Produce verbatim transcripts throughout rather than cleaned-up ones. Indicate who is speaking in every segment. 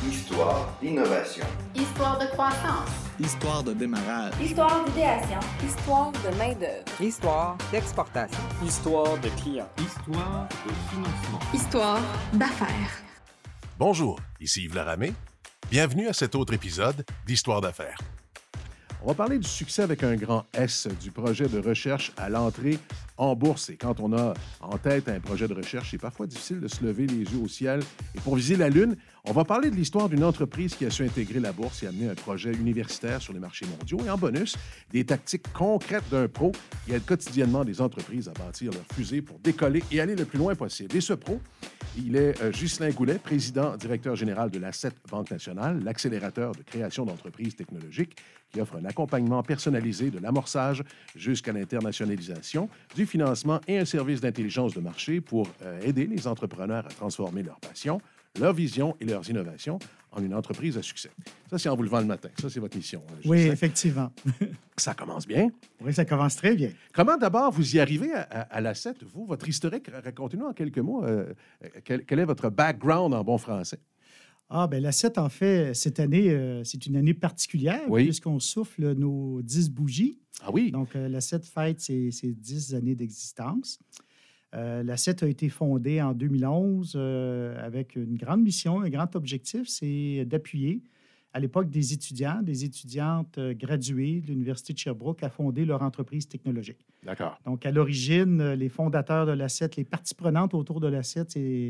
Speaker 1: Histoire d'innovation.
Speaker 2: Histoire de croissance.
Speaker 3: Histoire de démarrage.
Speaker 4: Histoire d'idéation.
Speaker 5: Histoire de main-d'œuvre.
Speaker 6: Histoire d'exportation.
Speaker 7: Histoire de clients.
Speaker 8: Histoire de financement.
Speaker 2: Histoire d'affaires.
Speaker 9: Bonjour, ici Yves Laramé. Bienvenue à cet autre épisode d'Histoire d'affaires. On va parler du succès avec un grand S du projet de recherche à l'entrée en bourse. Et quand on a en tête un projet de recherche, c'est parfois difficile de se lever les yeux au ciel. Et pour viser la Lune, on va parler de l'histoire d'une entreprise qui a su intégrer la bourse et amener un projet universitaire sur les marchés mondiaux. Et en bonus, des tactiques concrètes d'un pro qui aide quotidiennement des entreprises à bâtir leur fusée pour décoller et aller le plus loin possible. Et ce pro, il est euh, Ghislain Goulet, président, directeur général de l'A C E T Banque Nationale, l'accélérateur de création d'entreprises technologiques qui offre un accompagnement personnalisé de l'amorçage jusqu'à l'internationalisation, du financement et un service d'intelligence de marché pour euh, aider les entrepreneurs à transformer leur passion, leur vision et leurs innovations en une entreprise à succès. Ça, c'est en vous levant le matin. Ça, c'est votre mission. Hein,
Speaker 10: oui, effectivement.
Speaker 9: Ça commence bien.
Speaker 10: Oui, ça commence très bien.
Speaker 9: Comment d'abord vous y arrivez à, à, à l'A C E T, vous, votre historique? Racontez-nous en quelques mots euh, quel, quel est votre background en bon français?
Speaker 10: Ah, bien, l'A C E T, en fait, cette année, euh, c'est une année particulière
Speaker 9: oui.
Speaker 10: puisqu'on souffle nos dix bougies.
Speaker 9: Ah oui?
Speaker 10: Donc, euh, l'A C E T fête ses, ses dix années d'existence. Euh, L'A C E T a été fondée en deux mille onze euh, avec une grande mission, un grand objectif, c'est d'appuyer à l'époque des étudiants, des étudiantes euh, graduées de l'Université de Sherbrooke à fonder leur entreprise technologique.
Speaker 9: D'accord.
Speaker 10: Donc, à l'origine, les fondateurs de l'A C E T, les parties prenantes autour de l'A C E T, c'est...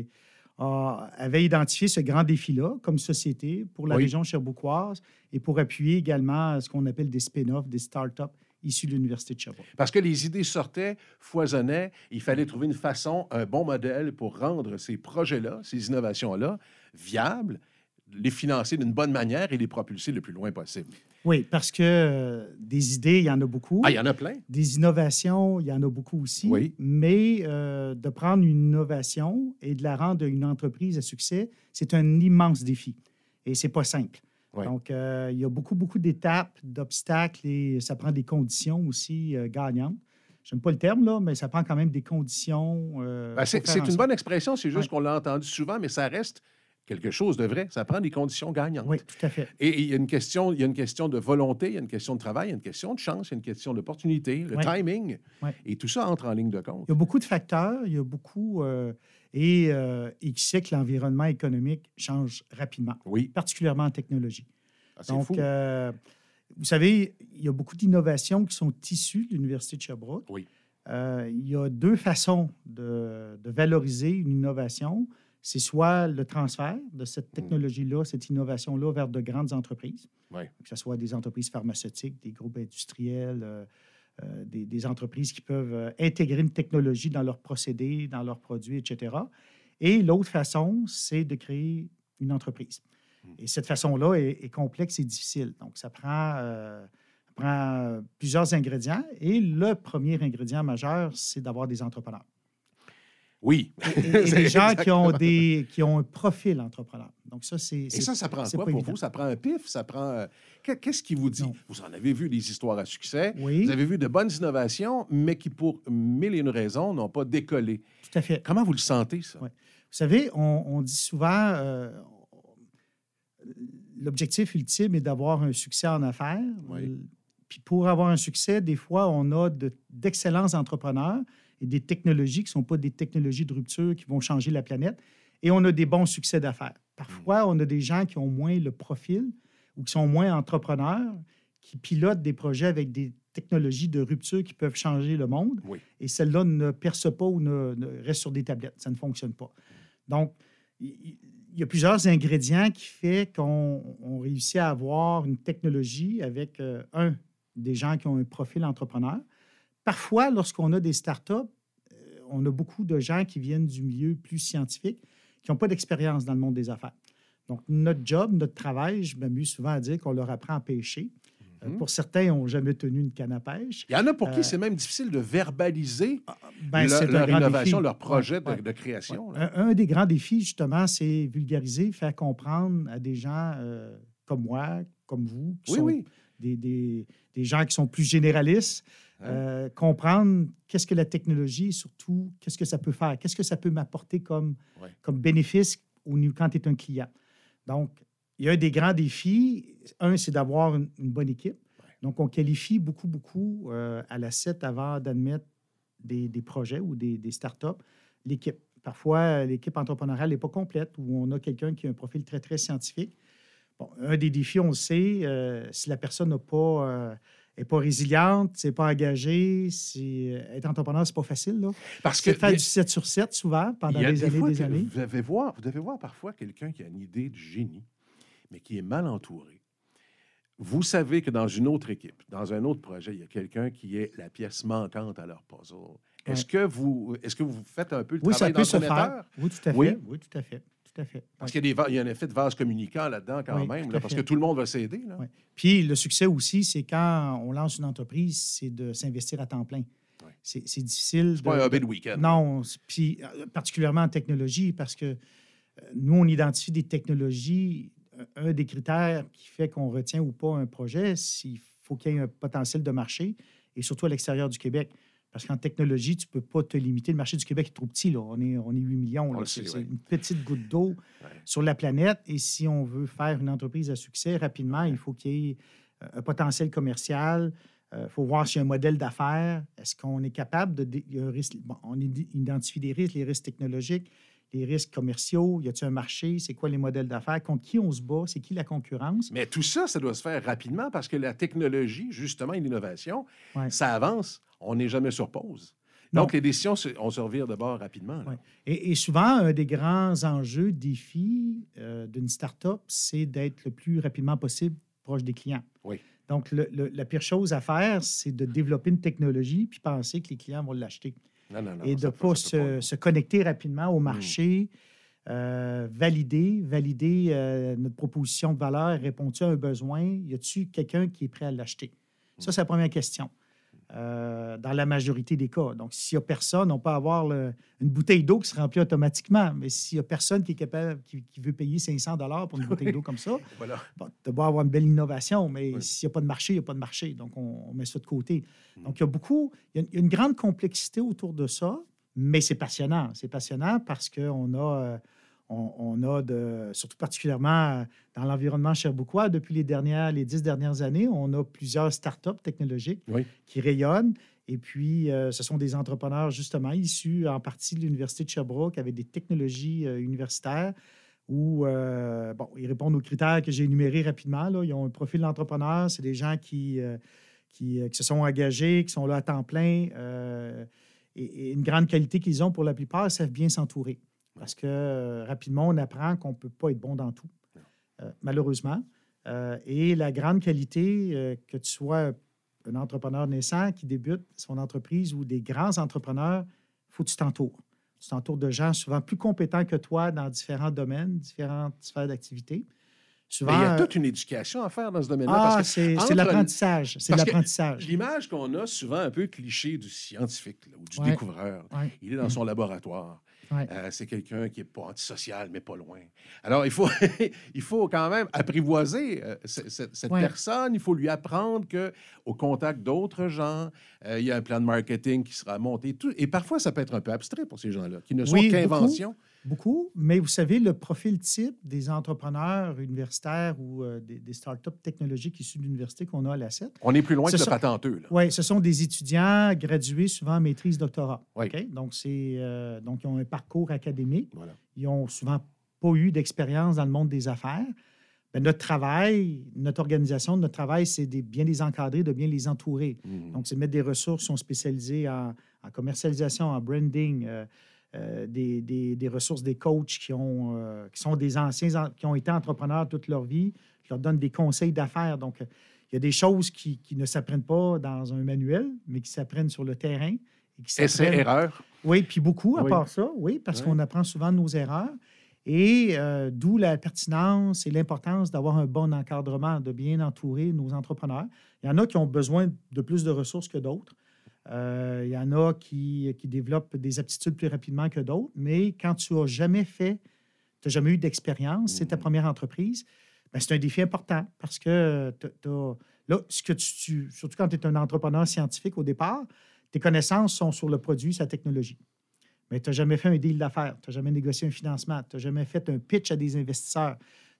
Speaker 10: avait identifié ce grand défi-là comme société pour la
Speaker 9: oui.
Speaker 10: région cherbourgoise et pour appuyer également ce qu'on appelle des spin-offs, des start-up issus de l'Université de Sherbrooke.
Speaker 9: Parce que les idées sortaient, foisonnaient, il fallait trouver une façon, un bon modèle pour rendre ces projets-là, ces innovations-là, viables, les financer d'une bonne manière et les propulser le plus loin possible.
Speaker 10: Oui, parce que euh, des idées, il y en a beaucoup.
Speaker 9: Ah, il y en a plein.
Speaker 10: Des innovations, il y en a beaucoup aussi.
Speaker 9: Oui.
Speaker 10: Mais euh, de prendre une innovation et de la rendre une entreprise à succès, c'est un immense défi. Et c'est pas simple.
Speaker 9: Oui.
Speaker 10: Donc, euh, il y a beaucoup, beaucoup d'étapes, d'obstacles et ça prend des conditions aussi euh, gagnantes. Je n'aime pas le terme, là, mais ça prend quand même des conditions. Euh,
Speaker 9: ben, c'est c'est une bonne expression, c'est juste
Speaker 10: ouais.
Speaker 9: qu'on l'a entendu souvent, mais ça reste quelque chose de vrai. Ça prend des conditions gagnantes.
Speaker 10: Oui, tout à fait.
Speaker 9: Et il y a une question, il y a une question de volonté, il y a une question de travail, il y a une question de chance, il y a une question d'opportunité, le
Speaker 10: oui.
Speaker 9: timing.
Speaker 10: Oui.
Speaker 9: Et tout ça entre en ligne de compte.
Speaker 10: Il y a beaucoup de facteurs, il y a beaucoup... Euh, et, euh, et qui sait que l'environnement économique change rapidement,
Speaker 9: oui.
Speaker 10: particulièrement en technologie.
Speaker 9: Ah, c'est
Speaker 10: Donc,
Speaker 9: fou.
Speaker 10: Euh, vous savez, il y a beaucoup d'innovations qui sont issues de l'Université de Sherbrooke.
Speaker 9: Oui.
Speaker 10: Euh, il y a deux façons de, de valoriser une innovation. C'est soit le transfert de cette technologie-là, cette innovation-là vers de grandes entreprises,
Speaker 9: oui.
Speaker 10: que ce soit des entreprises pharmaceutiques, des groupes industriels, euh, euh, des, des entreprises qui peuvent euh, intégrer une technologie dans leurs procédés, dans leurs produits, et cetera. Et l'autre façon, c'est de créer une entreprise. Et cette façon-là est, est complexe et difficile. Donc, ça prend, euh, ça prend plusieurs ingrédients. Et le premier ingrédient majeur, c'est d'avoir des entrepreneurs.
Speaker 9: Oui.
Speaker 10: Et, et, et des gens qui ont, des, qui ont un profil entrepreneur. Donc, ça, c'est.
Speaker 9: Et ça, ça prend quoi pour
Speaker 10: évident.
Speaker 9: vous? Ça prend un pif? Ça prend. Qu'est-ce qui vous dit?
Speaker 10: Non.
Speaker 9: Vous en avez vu des histoires à succès.
Speaker 10: Oui.
Speaker 9: Vous avez vu de bonnes innovations, mais qui, pour mille et une raisons, n'ont pas décollé.
Speaker 10: Tout à fait.
Speaker 9: Comment vous le sentez, ça?
Speaker 10: Oui. Vous savez, on, on dit souvent. Euh, L'objectif ultime est d'avoir un succès en affaires.
Speaker 9: Oui.
Speaker 10: Puis pour avoir un succès, des fois, on a de, d'excellents entrepreneurs et des technologies qui ne sont pas des technologies de rupture qui vont changer la planète. Et on a des bons succès d'affaires. Parfois, on a des gens qui ont moins le profil ou qui sont moins entrepreneurs, qui pilotent des projets avec des technologies de rupture qui peuvent changer le monde.
Speaker 9: Oui.
Speaker 10: Et celles-là ne percent pas ou ne, ne restent sur des tablettes. Ça ne fonctionne pas. Donc, il y a plusieurs ingrédients qui font qu'on on réussit à avoir une technologie avec, euh, un, des gens qui ont un profil entrepreneur. Parfois, lorsqu'on a des startups, euh, on a beaucoup de gens qui viennent du milieu plus scientifique, qui n'ont pas d'expérience dans le monde des affaires. Donc, notre job, notre travail, je m'amuse souvent à dire qu'on leur apprend à pêcher. Euh, pour certains, ils n'ont jamais tenu une canne à pêche.
Speaker 9: Il y en a pour qui
Speaker 10: Euh,
Speaker 9: c'est même difficile de verbaliser
Speaker 10: ben,
Speaker 9: le-
Speaker 10: c'est un
Speaker 9: leur
Speaker 10: grand
Speaker 9: innovation,
Speaker 10: défi.
Speaker 9: leur projet
Speaker 10: Ouais,
Speaker 9: de,
Speaker 10: ouais.
Speaker 9: de création.
Speaker 10: Ouais.
Speaker 9: là.
Speaker 10: Un, un des grands défis, justement, c'est vulgariser, faire comprendre à des gens euh, comme moi, comme vous, qui
Speaker 9: Oui,
Speaker 10: sont
Speaker 9: oui.
Speaker 10: Des, des, des gens qui sont plus généralistes, euh, comprendre qu'est-ce que la technologie, surtout, qu'est-ce que ça peut faire, qu'est-ce que ça peut m'apporter comme,
Speaker 9: Ouais.
Speaker 10: comme bénéfice au niveau- quand tu es un client. Donc, il y a un des grands défis. Un, c'est d'avoir une, une bonne équipe.
Speaker 9: Ouais.
Speaker 10: Donc, on qualifie beaucoup, beaucoup euh, à la C E T avant d'admettre des, des projets ou des, des startups. L'équipe. Parfois, l'équipe entrepreneuriale n'est pas complète ou on a quelqu'un qui a un profil très, très scientifique. Bon, un des défis, on le sait, euh, si la personne n'est pas, euh, est pas résiliente, n'est pas engagée, c'est, être entrepreneur, ce n'est pas facile. Là.
Speaker 9: Parce
Speaker 10: c'est
Speaker 9: que
Speaker 10: faire
Speaker 9: il y a-
Speaker 10: du sept sur sept souvent pendant
Speaker 9: il y a
Speaker 10: des
Speaker 9: des
Speaker 10: années
Speaker 9: fois
Speaker 10: des
Speaker 9: que
Speaker 10: années.
Speaker 9: Vous devez voir, vous devez voir parfois quelqu'un qui a une idée de génie, mais qui est mal entouré. Vous savez que dans une autre équipe, dans un autre projet, il y a quelqu'un qui est la pièce manquante à leur puzzle. Est-ce que vous, est-ce que vous faites un peu le
Speaker 10: Oui, ça
Speaker 9: travail
Speaker 10: peut se faire.
Speaker 9: d'entremetteur?
Speaker 10: Oui, tout à fait.
Speaker 9: Oui.
Speaker 10: Oui, tout à fait. Tout à fait.
Speaker 9: Parce
Speaker 10: Oui.
Speaker 9: qu'il y a, des va- il y a un effet de vase communicant là-dedans quand
Speaker 10: Oui,
Speaker 9: même,
Speaker 10: tout
Speaker 9: là,
Speaker 10: à
Speaker 9: parce
Speaker 10: fait.
Speaker 9: que tout le monde va s'aider. Là.
Speaker 10: Oui. Puis le succès aussi, c'est quand on lance une entreprise, c'est de s'investir à temps plein.
Speaker 9: Oui.
Speaker 10: C'est, c'est difficile.
Speaker 9: C'est pas
Speaker 10: de-
Speaker 9: un hobby
Speaker 10: de-
Speaker 9: de week-end.
Speaker 10: Non, c'est- puis euh, particulièrement en technologie, parce que euh, nous, on identifie des technologies. Un un des critères qui fait qu'on retient ou pas un projet, c'est qu'il faut qu'il y ait un potentiel de marché, et surtout à l'extérieur du Québec. Parce qu'en technologie, tu ne peux pas te limiter. Le marché du Québec est trop petit. Là. On, est, on est huit millions.
Speaker 9: On
Speaker 10: là.
Speaker 9: le sait,
Speaker 10: C'est,
Speaker 9: oui.
Speaker 10: c'est une petite goutte d'eau
Speaker 9: Ouais.
Speaker 10: sur la planète. Et si on veut faire une entreprise à succès rapidement, il faut qu'il y ait euh, un potentiel commercial. Il faut voir s'il y a un modèle d'affaires. Est-ce qu'on est capable de... dé- il y a un risque, bon, on id- identifie des risques, les risques technologiques, les risques commerciaux. Y a-t-il un marché? C'est quoi les modèles d'affaires? Contre qui on se bat? C'est qui la concurrence?
Speaker 9: Mais tout ça, ça doit se faire rapidement parce que la technologie, justement, et l'innovation,
Speaker 10: Ouais.
Speaker 9: ça avance. On n'est jamais sur pause.
Speaker 10: Non.
Speaker 9: Donc, les décisions, se- on se revire de bord rapidement. là.
Speaker 10: Ouais. Et, et souvent, un des grands enjeux, défis euh, d'une start-up, c'est d'être le plus rapidement possible proche des clients.
Speaker 9: Oui.
Speaker 10: Donc, le- le- la pire chose à faire, c'est de développer une technologie puis penser que les clients vont l'acheter.
Speaker 9: Non, non, non.
Speaker 10: et de
Speaker 9: ça
Speaker 10: ne
Speaker 9: peut-
Speaker 10: pas
Speaker 9: ça peut
Speaker 10: se,
Speaker 9: pas.
Speaker 10: se connecter rapidement au marché, euh, valider, valider euh, notre proposition de valeur, répond-tu à un besoin, y a-t-il quelqu'un qui est prêt à l'acheter? Ça, c'est la première question. Euh, dans la majorité des cas. Donc, s'il n'y a personne, on peut avoir le- une bouteille d'eau qui se remplit automatiquement. Mais s'il n'y a personne qui est capable, qui, qui veut payer cinq cents dollars pour une bouteille d'eau comme ça,
Speaker 9: Voilà.
Speaker 10: bon, tu dois avoir une belle innovation, mais
Speaker 9: Oui.
Speaker 10: s'il n'y a pas de marché, il n'y a pas de marché. Donc, on, on met ça de côté.
Speaker 9: Mm.
Speaker 10: Donc, il y a beaucoup, il y a une, il y a une grande complexité autour de ça, mais c'est passionnant. C'est passionnant parce qu'on a, euh, on, on a de, surtout particulièrement dans l'environnement sherbrookois, depuis les dernières, les dix dernières années, on a plusieurs startups technologiques
Speaker 9: Oui.
Speaker 10: qui rayonnent. Et puis, euh, ce sont des entrepreneurs, justement, issus en partie de l'Université de Sherbrooke avec des technologies euh, universitaires où, euh, bon, ils répondent aux critères que j'ai énumérés rapidement. Là. Ils ont un profil d'entrepreneur. C'est des gens qui, euh, qui, euh, qui se sont engagés, qui sont là à temps plein. euh, et, et une grande qualité qu'ils ont pour la plupart, ils savent bien s'entourer. Parce que euh, rapidement, on apprend qu'on ne peut pas être bon dans tout, euh, malheureusement. Euh, et la grande qualité, euh, que tu sois un entrepreneur naissant qui débute son entreprise ou des grands entrepreneurs, il faut que tu t'entoures. Tu t'entoures de gens souvent plus compétents que toi dans différents domaines, différentes sphères d'activité. Souvent,
Speaker 9: Mais il y a
Speaker 10: euh,
Speaker 9: toute une éducation à faire dans ce domaine-là.
Speaker 10: ah,
Speaker 9: parce que
Speaker 10: c'est
Speaker 9: entre
Speaker 10: c'est l'apprentissage. C'est
Speaker 9: parce que
Speaker 10: l'apprentissage.
Speaker 9: l'image qu'on a souvent un peu cliché du scientifique là, ou du
Speaker 10: Ouais.
Speaker 9: découvreur,
Speaker 10: Ouais.
Speaker 9: il est dans son laboratoire.
Speaker 10: Ouais.
Speaker 9: Euh, c'est quelqu'un qui n'est pas antisocial, mais pas loin. Alors, il faut, il faut quand même apprivoiser euh, c- c- cette
Speaker 10: Ouais.
Speaker 9: personne. Il faut lui apprendre qu'au contact d'autres gens, euh, il y a un plan de marketing qui sera monté. Tout. Et parfois, ça peut être un peu abstrait pour ces gens-là, qui ne sont
Speaker 10: Oui,
Speaker 9: qu'inventions.
Speaker 10: Beaucoup, mais vous savez, le profil type des entrepreneurs universitaires ou euh, des, des startups technologiques issus de l'université qu'on a à la C E T,
Speaker 9: On est plus loin
Speaker 10: Ce
Speaker 9: que
Speaker 10: sont-
Speaker 9: le patenteux. Là.
Speaker 10: oui, ce sont des étudiants gradués souvent en maîtrise doctorat.
Speaker 9: Oui.
Speaker 10: OK? Donc, c'est, euh, donc, ils ont un parcours académique.
Speaker 9: Voilà.
Speaker 10: Ils n'ont souvent pas eu d'expérience dans le monde des affaires. Bien, notre travail, notre organisation, notre travail, c'est de bien les encadrer, de bien les entourer.
Speaker 9: Mhm.
Speaker 10: Donc, c'est de mettre des ressources qui sont spécialisées en, en commercialisation, en branding, euh, euh, des, des- des ressources, des coachs qui, ont, euh, qui sont des anciens, en- qui ont été entrepreneurs toute leur vie, qui leur donnent des conseils d'affaires. Donc, euh, il y a des choses qui, qui ne s'apprennent pas dans un manuel, mais qui s'apprennent sur le terrain. Et qui s'apprennent-
Speaker 9: Essai-erreur.
Speaker 10: oui, puis beaucoup à
Speaker 9: Oui.
Speaker 10: part ça, oui, parce
Speaker 9: Oui.
Speaker 10: qu'on apprend souvent de nos erreurs. Et euh, d'où la pertinence et l'importance d'avoir un bon encadrement, de bien entourer nos entrepreneurs. Il y en a qui ont besoin de plus de ressources que d'autres. Euh, il y en a qui, qui développent des aptitudes plus rapidement que d'autres. Mais quand tu n'as jamais fait, tu n'as jamais eu d'expérience, c'est ta
Speaker 9: Mhm.
Speaker 10: première entreprise, ben, c'est un défi important parce que t'as- t'as- là, ce que tu, tu- surtout quand tu es un entrepreneur scientifique au départ, tes connaissances sont sur le produit, sa technologie. Mais tu n'as jamais fait un deal d'affaires, tu n'as jamais négocié un financement, tu n'as jamais fait un pitch à des investisseurs,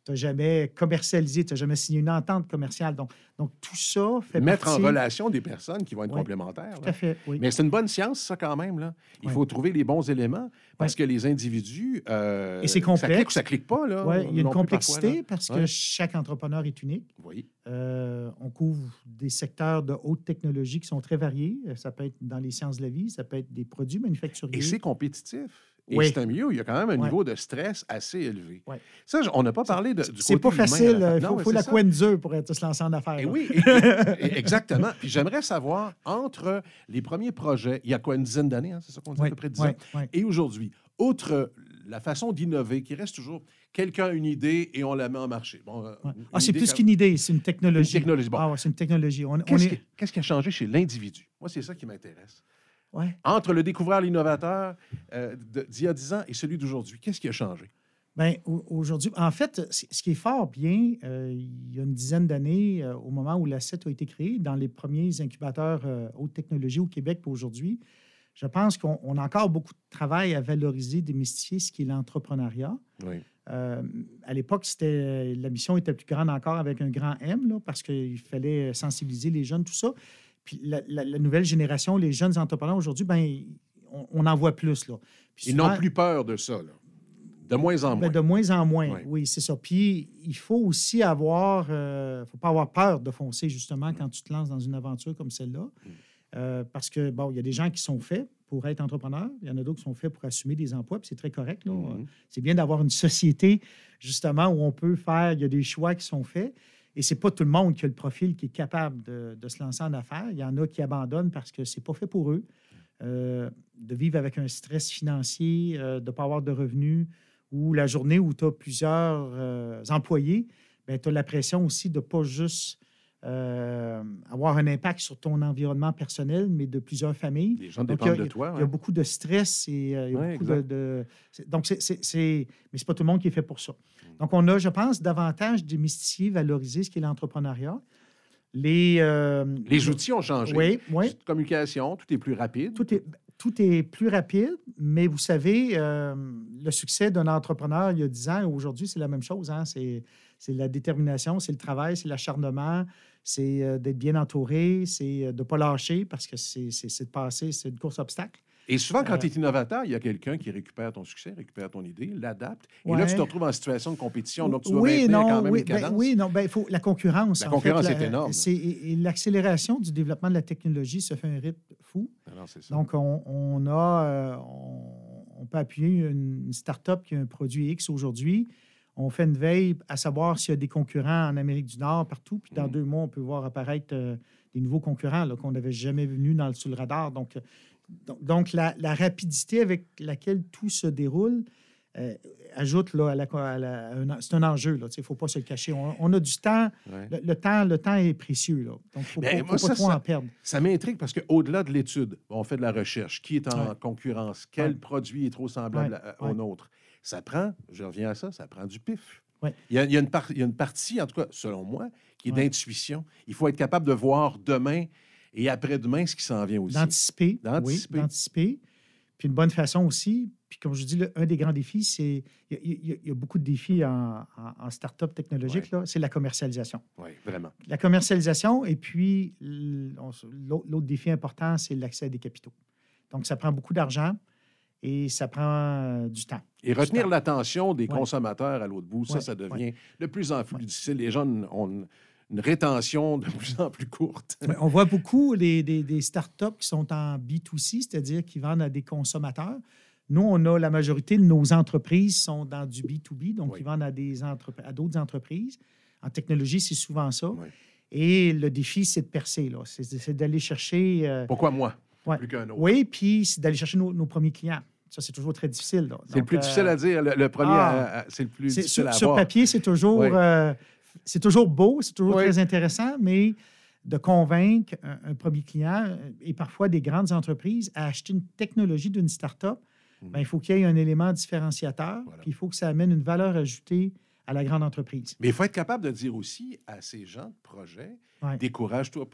Speaker 10: tu n'as jamais commercialisé, tu n'as jamais signé une entente commerciale. Donc, donc tout ça fait
Speaker 9: Mettre
Speaker 10: partie...
Speaker 9: en relation des personnes qui vont être
Speaker 10: Oui,
Speaker 9: complémentaires.
Speaker 10: Tout
Speaker 9: là.
Speaker 10: à fait, oui.
Speaker 9: Mais c'est une bonne science, ça, quand même. Là. Il
Speaker 10: Oui.
Speaker 9: faut trouver les bons éléments parce
Speaker 10: Oui.
Speaker 9: que les individus... euh,
Speaker 10: Et c'est
Speaker 9: Ça
Speaker 10: complexe.
Speaker 9: clique ou ça clique pas, là.
Speaker 10: Oui, il y a une
Speaker 9: non plus
Speaker 10: complexité
Speaker 9: parfois, là.
Speaker 10: parce que
Speaker 9: Ouais.
Speaker 10: chaque entrepreneur est unique.
Speaker 9: Oui.
Speaker 10: Euh, on couvre des secteurs de haute technologie qui sont très variés. Euh, Ça peut être dans les sciences de la vie, ça peut être des produits manufacturiers.
Speaker 9: Et c'est compétitif. Et
Speaker 10: Oui.
Speaker 9: c'est un milieu où il y a quand même un
Speaker 10: Ouais.
Speaker 9: niveau de stress assez élevé.
Speaker 10: Ouais.
Speaker 9: Ça, on n'a pas parlé de, du côté
Speaker 10: C'est pas
Speaker 9: humain
Speaker 10: facile.
Speaker 9: à la fin.
Speaker 10: Il
Speaker 9: Non,
Speaker 10: faut,
Speaker 9: mais
Speaker 10: faut
Speaker 9: c'est
Speaker 10: la
Speaker 9: ça.
Speaker 10: coin dure pour être se lancer en affaires.
Speaker 9: Et
Speaker 10: là.
Speaker 9: oui, et- et- exactement. Puis j'aimerais savoir, entre les premiers projets, il y a quoi, une dizaine d'années, hein, c'est ça qu'on dit,
Speaker 10: Oui,
Speaker 9: à peu près dix
Speaker 10: oui,
Speaker 9: ans,
Speaker 10: oui.
Speaker 9: et aujourd'hui, outre la façon d'innover, qui reste toujours quelqu'un a une idée et on la met en marché. Bon, euh,
Speaker 10: Ouais.
Speaker 9: une
Speaker 10: Ah, c'est
Speaker 9: idée
Speaker 10: plus
Speaker 9: quand-
Speaker 10: qu'une idée, c'est une technologie.
Speaker 9: Une technologie, bon.
Speaker 10: Ah, ouais, c'est une technologie. On, on
Speaker 9: Qu'est-ce,
Speaker 10: est...
Speaker 9: qui, qu'est-ce qui a changé chez l'individu? Moi, c'est ça qui m'intéresse.
Speaker 10: Ouais.
Speaker 9: Entre le découvreur, l'innovateur euh, de- d'il y a dix ans et celui d'aujourd'hui, qu'est-ce qui a changé?
Speaker 10: Bien, au- aujourd'hui, en fait, c- ce qui est fort bien, euh, il y a une dizaine d'années, euh, au moment où l'Asset a été créé, dans les premiers incubateurs euh, haute technologie au Québec pour aujourd'hui, je pense qu'on on a encore beaucoup de travail à valoriser, démystifier ce qui est l'entrepreneuriat.
Speaker 9: Oui.
Speaker 10: Euh, à l'époque, c'était, la mission était plus grande encore avec un grand M, là, parce qu'il fallait sensibiliser les jeunes, tout ça. Puis la, la- la nouvelle génération, les jeunes entrepreneurs aujourd'hui, ben, on, on en voit plus. Là. Puis
Speaker 9: Ils
Speaker 10: souvent-
Speaker 9: n'ont plus peur de ça, là. De moins en
Speaker 10: ben,
Speaker 9: moins.
Speaker 10: de moins en moins,
Speaker 9: Oui.
Speaker 10: oui, c'est ça. Puis il faut aussi avoir, euh, faut pas avoir peur de foncer, justement, quand tu te lances dans une aventure comme celle-là.
Speaker 9: Mm.
Speaker 10: Euh, parce que, bon, il y a des gens qui sont faits pour être entrepreneurs, il y en a d'autres qui sont faits pour assumer des emplois, puis c'est très correct. Là.
Speaker 9: Mhm.
Speaker 10: C'est bien d'avoir une société, justement, où on peut faire, il y a des choix qui sont faits. Et c'est pas tout le monde qui a le profil qui est capable de, de se lancer en affaires. Il y en a qui abandonnent parce que c'est pas fait pour eux. Euh, de vivre avec un stress financier, euh, de ne pas avoir de revenus, ou la journée où tu as plusieurs euh, employés, tu as la pression aussi de ne pas juste euh, avoir un impact sur ton environnement personnel, mais de plusieurs familles.
Speaker 9: Les gens
Speaker 10: Donc,
Speaker 9: dépendent
Speaker 10: il y a-
Speaker 9: de toi.
Speaker 10: Il y a
Speaker 9: ouais.
Speaker 10: beaucoup de stress et euh, il y a
Speaker 9: Ouais,
Speaker 10: beaucoup de,
Speaker 9: exact.
Speaker 10: de- c'est- Donc, c'est, c'est, c'est- mais ce n'est pas tout le monde qui est fait pour ça. Donc, on a, je pense, davantage démystifié, valoriser ce qu'est l'entrepreneuriat. Les, euh,
Speaker 9: Les outils ont changé.
Speaker 10: Oui, oui.
Speaker 9: Communication, tout est plus rapide.
Speaker 10: Tout est, tout est plus rapide, mais vous savez, euh, le succès d'un entrepreneur il y a dix ans et aujourd'hui, c'est la même chose. Hein? C'est, c'est la détermination, c'est le travail, c'est l'acharnement, c'est euh, d'être bien entouré, c'est euh, de ne pas lâcher parce que c'est, c'est, c'est de passer, c'est une course obstacle.
Speaker 9: Et souvent, quand
Speaker 10: Euh,
Speaker 9: tu es innovateur, il y a quelqu'un qui récupère ton succès, récupère ton idée, l'adapte. Et
Speaker 10: Ouais.
Speaker 9: là, tu te retrouves en situation de compétition. Donc, tu dois
Speaker 10: oui,
Speaker 9: maintenir
Speaker 10: non,
Speaker 9: quand même
Speaker 10: oui,
Speaker 9: une
Speaker 10: ben,
Speaker 9: cadence.
Speaker 10: oui, non, ben, il faut la concurrence.
Speaker 9: La
Speaker 10: en
Speaker 9: concurrence
Speaker 10: fait,
Speaker 9: est énorme.
Speaker 10: C'est, et, et l'accélération du développement de la technologie se fait à un rythme fou.
Speaker 9: Alors, c'est ça.
Speaker 10: Donc, on, on a, euh, on, on peut appuyer une start-up qui a un produit X aujourd'hui. On fait une veille à savoir s'il y a des concurrents en Amérique du Nord, partout. Puis dans
Speaker 9: Mhm.
Speaker 10: deux mois, on peut voir apparaître euh, des nouveaux concurrents là, qu'on n'avait jamais venus dans, le- sur le radar. Donc, euh, donc, donc, la, la rapidité avec laquelle tout se déroule euh, ajoute là, à la, à la- à un- c'est un enjeu. Il ne faut pas se le cacher. On, on a du temps.
Speaker 9: Ouais.
Speaker 10: Le, le temps. Le temps est précieux. Là. Donc, il ne faut
Speaker 9: Ben,
Speaker 10: pas,
Speaker 9: moi,
Speaker 10: faut pas
Speaker 9: ça,
Speaker 10: trop
Speaker 9: ça-
Speaker 10: en perdre.
Speaker 9: Ça m'intrigue parce qu'au-delà de l'étude, on fait de la recherche. Qui est en
Speaker 10: Ouais.
Speaker 9: concurrence? Quel
Speaker 10: Ouais.
Speaker 9: produit est trop semblable
Speaker 10: Ouais.
Speaker 9: à- au
Speaker 10: Ouais.
Speaker 9: nôtre? Ça prend, je reviens à ça, ça prend du pif.
Speaker 10: Ouais.
Speaker 9: Il, y a, il y a une par- il y a une partie, en tout cas, selon moi, qui est
Speaker 10: Ouais.
Speaker 9: d'intuition. Il faut être capable de voir demain et après-demain ce qui s'en vient aussi.
Speaker 10: D'anticiper.
Speaker 9: D'anticiper.
Speaker 10: Oui, d'anticiper. Puis une bonne façon aussi. Puis comme je dis, le- un des grands défis, c'est. Il y a- il y, a- il y a beaucoup de défis en, en, en start-up technologique, là, c'est la commercialisation.
Speaker 9: Oui, vraiment.
Speaker 10: La commercialisation, et puis l- on s- l'autre l'autre défi important, c'est l'accès à des capitaux. Donc, ça prend beaucoup d'argent et ça prend euh, du temps.
Speaker 9: Et retenir
Speaker 10: temps.
Speaker 9: l'attention des
Speaker 10: Ouais.
Speaker 9: consommateurs à l'autre bout, ça,
Speaker 10: Ouais,
Speaker 9: ça devient
Speaker 10: ouais.
Speaker 9: de plus en plus
Speaker 10: Ouais.
Speaker 9: difficile. Les gens ont une, une rétention de plus en plus courte.
Speaker 10: Ouais, on voit beaucoup les, des, des startups qui sont en B deux C, c'est-à-dire qui vendent à des consommateurs. Nous, on a la majorité de nos entreprises sont dans du B deux B, donc
Speaker 9: Oui.
Speaker 10: ils vendent à, des entrep- à d'autres entreprises. En technologie, c'est souvent ça.
Speaker 9: Oui.
Speaker 10: Et le défi, c'est de percer. Là. C'est, c'est d'aller chercher... euh,
Speaker 9: Pourquoi moi?
Speaker 10: Ouais.
Speaker 9: Plus qu'un autre.
Speaker 10: oui, puis c'est d'aller chercher nos, nos premiers clients. Ça, c'est toujours très difficile. là.
Speaker 9: C'est le
Speaker 10: Donc,
Speaker 9: plus
Speaker 10: euh,
Speaker 9: difficile à dire. Le, le premier,
Speaker 10: ah,
Speaker 9: à- à- c'est le plus
Speaker 10: c'est-
Speaker 9: difficile
Speaker 10: sur,
Speaker 9: à
Speaker 10: sur
Speaker 9: avoir.
Speaker 10: papier, c'est toujours,
Speaker 9: Oui.
Speaker 10: euh, c'est toujours beau, c'est toujours
Speaker 9: Oui.
Speaker 10: très intéressant, mais de convaincre un, un premier client euh, et parfois des grandes entreprises à acheter une technologie d'une start-up,
Speaker 9: Mhm.
Speaker 10: ben, il faut qu'il y ait un élément différenciateur,
Speaker 9: Voilà.
Speaker 10: puis il faut que ça amène une valeur ajoutée à la grande entreprise.
Speaker 9: Mais il faut être capable de dire aussi à ces gens de projet,
Speaker 10: Ouais.
Speaker 9: décourage-toi pas.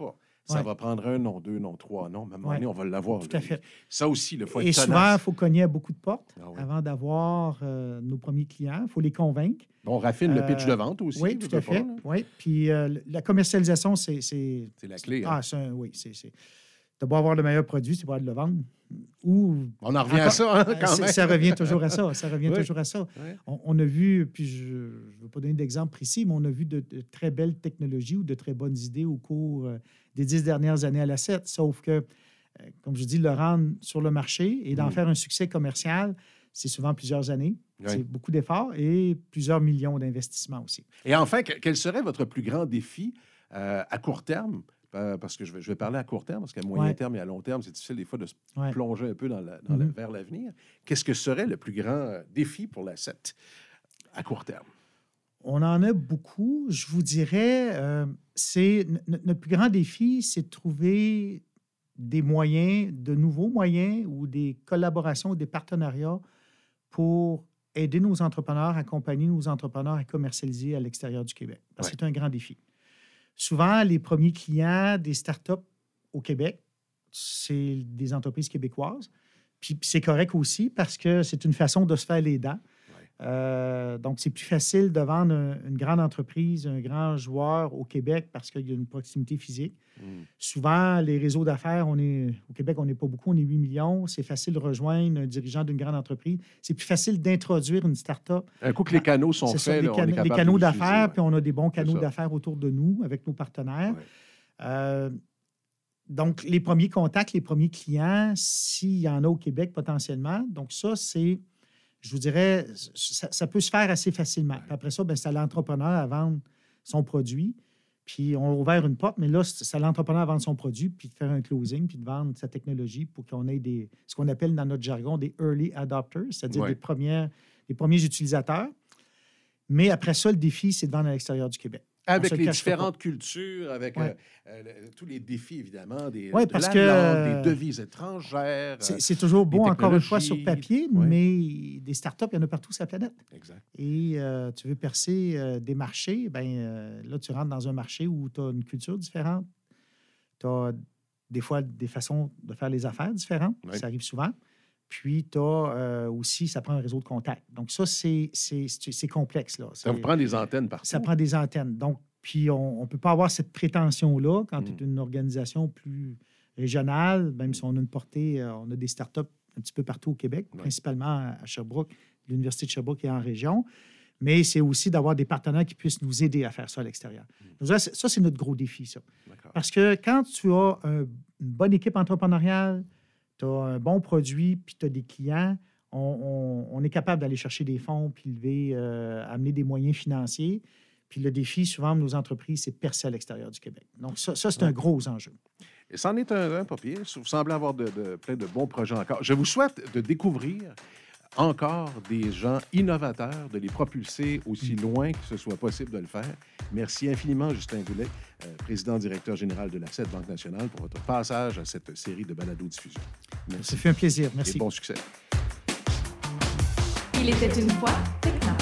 Speaker 9: Ça
Speaker 10: Ouais.
Speaker 9: va prendre un nom, deux noms, trois noms. Mais à un moment
Speaker 10: Ouais.
Speaker 9: donné, on va l'avoir.
Speaker 10: Tout
Speaker 9: là.
Speaker 10: à fait.
Speaker 9: Ça aussi, il faut être
Speaker 10: Et
Speaker 9: tenace.
Speaker 10: souvent, il faut cogner à beaucoup de portes
Speaker 9: Ah oui.
Speaker 10: avant d'avoir euh, nos premiers clients. Il faut les convaincre.
Speaker 9: On raffine le
Speaker 10: Euh,
Speaker 9: pitch de vente aussi.
Speaker 10: Oui,
Speaker 9: veux
Speaker 10: tout à
Speaker 9: pas,
Speaker 10: fait.
Speaker 9: là.
Speaker 10: Oui. Puis euh, la commercialisation, c'est... C'est
Speaker 9: C'est la clé. hein.
Speaker 10: ah, c'est un- oui, c'est... c'est... Tu beau avoir le meilleur produit, c'est pas de le vendre. Ou...
Speaker 9: On en revient à
Speaker 10: Encore-
Speaker 9: ça, hein, quand
Speaker 10: C'est-
Speaker 9: même.
Speaker 10: Ça revient toujours à ça. Ça revient
Speaker 9: Oui.
Speaker 10: toujours à ça.
Speaker 9: Ouais.
Speaker 10: On, on a vu, puis je ne veux pas donner d'exemple précis, mais on a vu de, de très belles technologies ou de très bonnes idées au cours euh, des dix dernières années à la sept. Sauf que, euh, comme je dis, le rendre sur le marché et d'en
Speaker 9: Mm.
Speaker 10: faire un succès commercial, c'est souvent plusieurs années.
Speaker 9: Ouais.
Speaker 10: C'est beaucoup d'efforts et plusieurs millions d'investissements aussi.
Speaker 9: Et enfin, que- quel serait votre plus grand défi euh, à court terme? Euh, parce que je vais, je vais parler à court terme, parce qu'à moyen
Speaker 10: Ouais.
Speaker 9: terme et à long terme, c'est difficile des fois de se
Speaker 10: Ouais.
Speaker 9: plonger un peu dans la- dans la-
Speaker 10: Mhm.
Speaker 9: vers l'avenir. Qu'est-ce que serait le plus grand euh, défi pour la sept à court terme?
Speaker 10: On en a beaucoup. Je vous dirais, euh, c'est n- n- notre plus grand défi, c'est de trouver des moyens, de nouveaux moyens ou des collaborations ou des partenariats pour aider nos entrepreneurs, accompagner nos entrepreneurs à commercialiser à l'extérieur du Québec. Parce que
Speaker 9: Ouais.
Speaker 10: c'est un grand défi. Souvent, les premiers clients des startups au Québec, c'est des entreprises québécoises. Puis, puis c'est correct aussi parce que c'est une façon de se faire les dents. Euh, donc, c'est plus facile de vendre un- une grande entreprise, un grand joueur au Québec parce qu'il y a une proximité physique.
Speaker 9: Mm.
Speaker 10: Souvent, les réseaux d'affaires, on est, au Québec, on n'est pas beaucoup, on est huit millions. C'est facile de rejoindre un dirigeant d'une grande entreprise. C'est plus facile d'introduire une start-up.
Speaker 9: Un coup que les canaux sont
Speaker 10: C'est ça,
Speaker 9: faits,
Speaker 10: les,
Speaker 9: là, on est
Speaker 10: cano- les
Speaker 9: capable
Speaker 10: canaux
Speaker 9: de l'utiliser,
Speaker 10: d'affaires,
Speaker 9: ouais.
Speaker 10: puis on a des bons canaux
Speaker 9: ça.
Speaker 10: d'affaires autour de nous avec nos partenaires.
Speaker 9: Ouais.
Speaker 10: Euh, donc, les premiers contacts, les premiers clients, s'il y en a au Québec potentiellement. Donc, ça, c'est, je vous dirais, ça, ça peut se faire assez facilement. Puis après ça, ben, c'est à l'entrepreneur à vendre son produit. Puis on a ouvert une porte, mais là, c'est c'est à l'entrepreneur à vendre son produit, puis de faire un closing, puis de vendre sa technologie pour qu'on ait des, ce qu'on appelle dans notre jargon des early adopters, c'est-à-dire
Speaker 9: Ouais.
Speaker 10: des premières, les premiers utilisateurs. Mais après ça, le défi, c'est de vendre à l'extérieur du Québec.
Speaker 9: Avec
Speaker 10: se le
Speaker 9: les
Speaker 10: cachera
Speaker 9: différentes cultures, avec
Speaker 10: Ouais.
Speaker 9: euh, euh, le- tous les défis, évidemment, des,
Speaker 10: Ouais,
Speaker 9: de
Speaker 10: parce
Speaker 9: la
Speaker 10: que,
Speaker 9: langue,
Speaker 10: euh,
Speaker 9: des devises étrangères.
Speaker 10: C'est
Speaker 9: euh,
Speaker 10: c'est toujours beau,
Speaker 9: les
Speaker 10: encore une fois, sur
Speaker 9: technologies,
Speaker 10: papier,
Speaker 9: ouais.
Speaker 10: mais des startups, il y en a partout sur la planète.
Speaker 9: Exact.
Speaker 10: Et euh, tu veux percer euh, des marchés, ben euh, là, tu rentres dans un marché où tu as une culture différente. Tu as des fois des façons de faire les affaires différentes.
Speaker 9: Ouais.
Speaker 10: Ça arrive souvent. Puis, tu as aussi, ça prend un réseau de contacts. Donc, ça, c'est c'est- c'est- c'est complexe. Là.
Speaker 9: Ça vous
Speaker 10: C'est-
Speaker 9: prend des antennes partout.
Speaker 10: ça prend des antennes. Donc, puis on ne peut pas avoir cette prétention-là quand
Speaker 9: Mm.
Speaker 10: tu es une organisation plus régionale, même si on a une portée, euh, on a des startups un petit peu partout au Québec,
Speaker 9: Ouais.
Speaker 10: principalement à à Sherbrooke, l'Université de Sherbrooke est en région. Mais c'est aussi d'avoir des partenaires qui puissent nous aider à faire ça à l'extérieur. Donc, Ça, c'est- ça, c'est notre gros défi, ça.
Speaker 9: D'accord.
Speaker 10: Parce que quand tu as un- une bonne équipe entrepreneuriale, tu as un bon produit, puis tu as des clients, on, on- on est capable d'aller chercher des fonds, puis lever, euh, amener des moyens financiers. Puis le défi, souvent, de nos entreprises, c'est de percer à l'extérieur du Québec. Donc, ça, ça c'est un gros enjeu.
Speaker 9: Et c'en est un, un pas pire. Vous semblez avoir de, de- plein de bons projets encore. Je vous souhaite de découvrir encore des gens innovateurs, de les propulser aussi loin que ce soit possible de le faire. Merci infiniment, Justin Goulet, euh, président-directeur général de la sept Banque nationale, pour votre passage à cette série de balados-diffusion.
Speaker 10: Ça
Speaker 9: Merci
Speaker 10: fait un plaisir.
Speaker 9: et
Speaker 10: Merci.
Speaker 9: bon succès.
Speaker 2: Il était une fois Techna.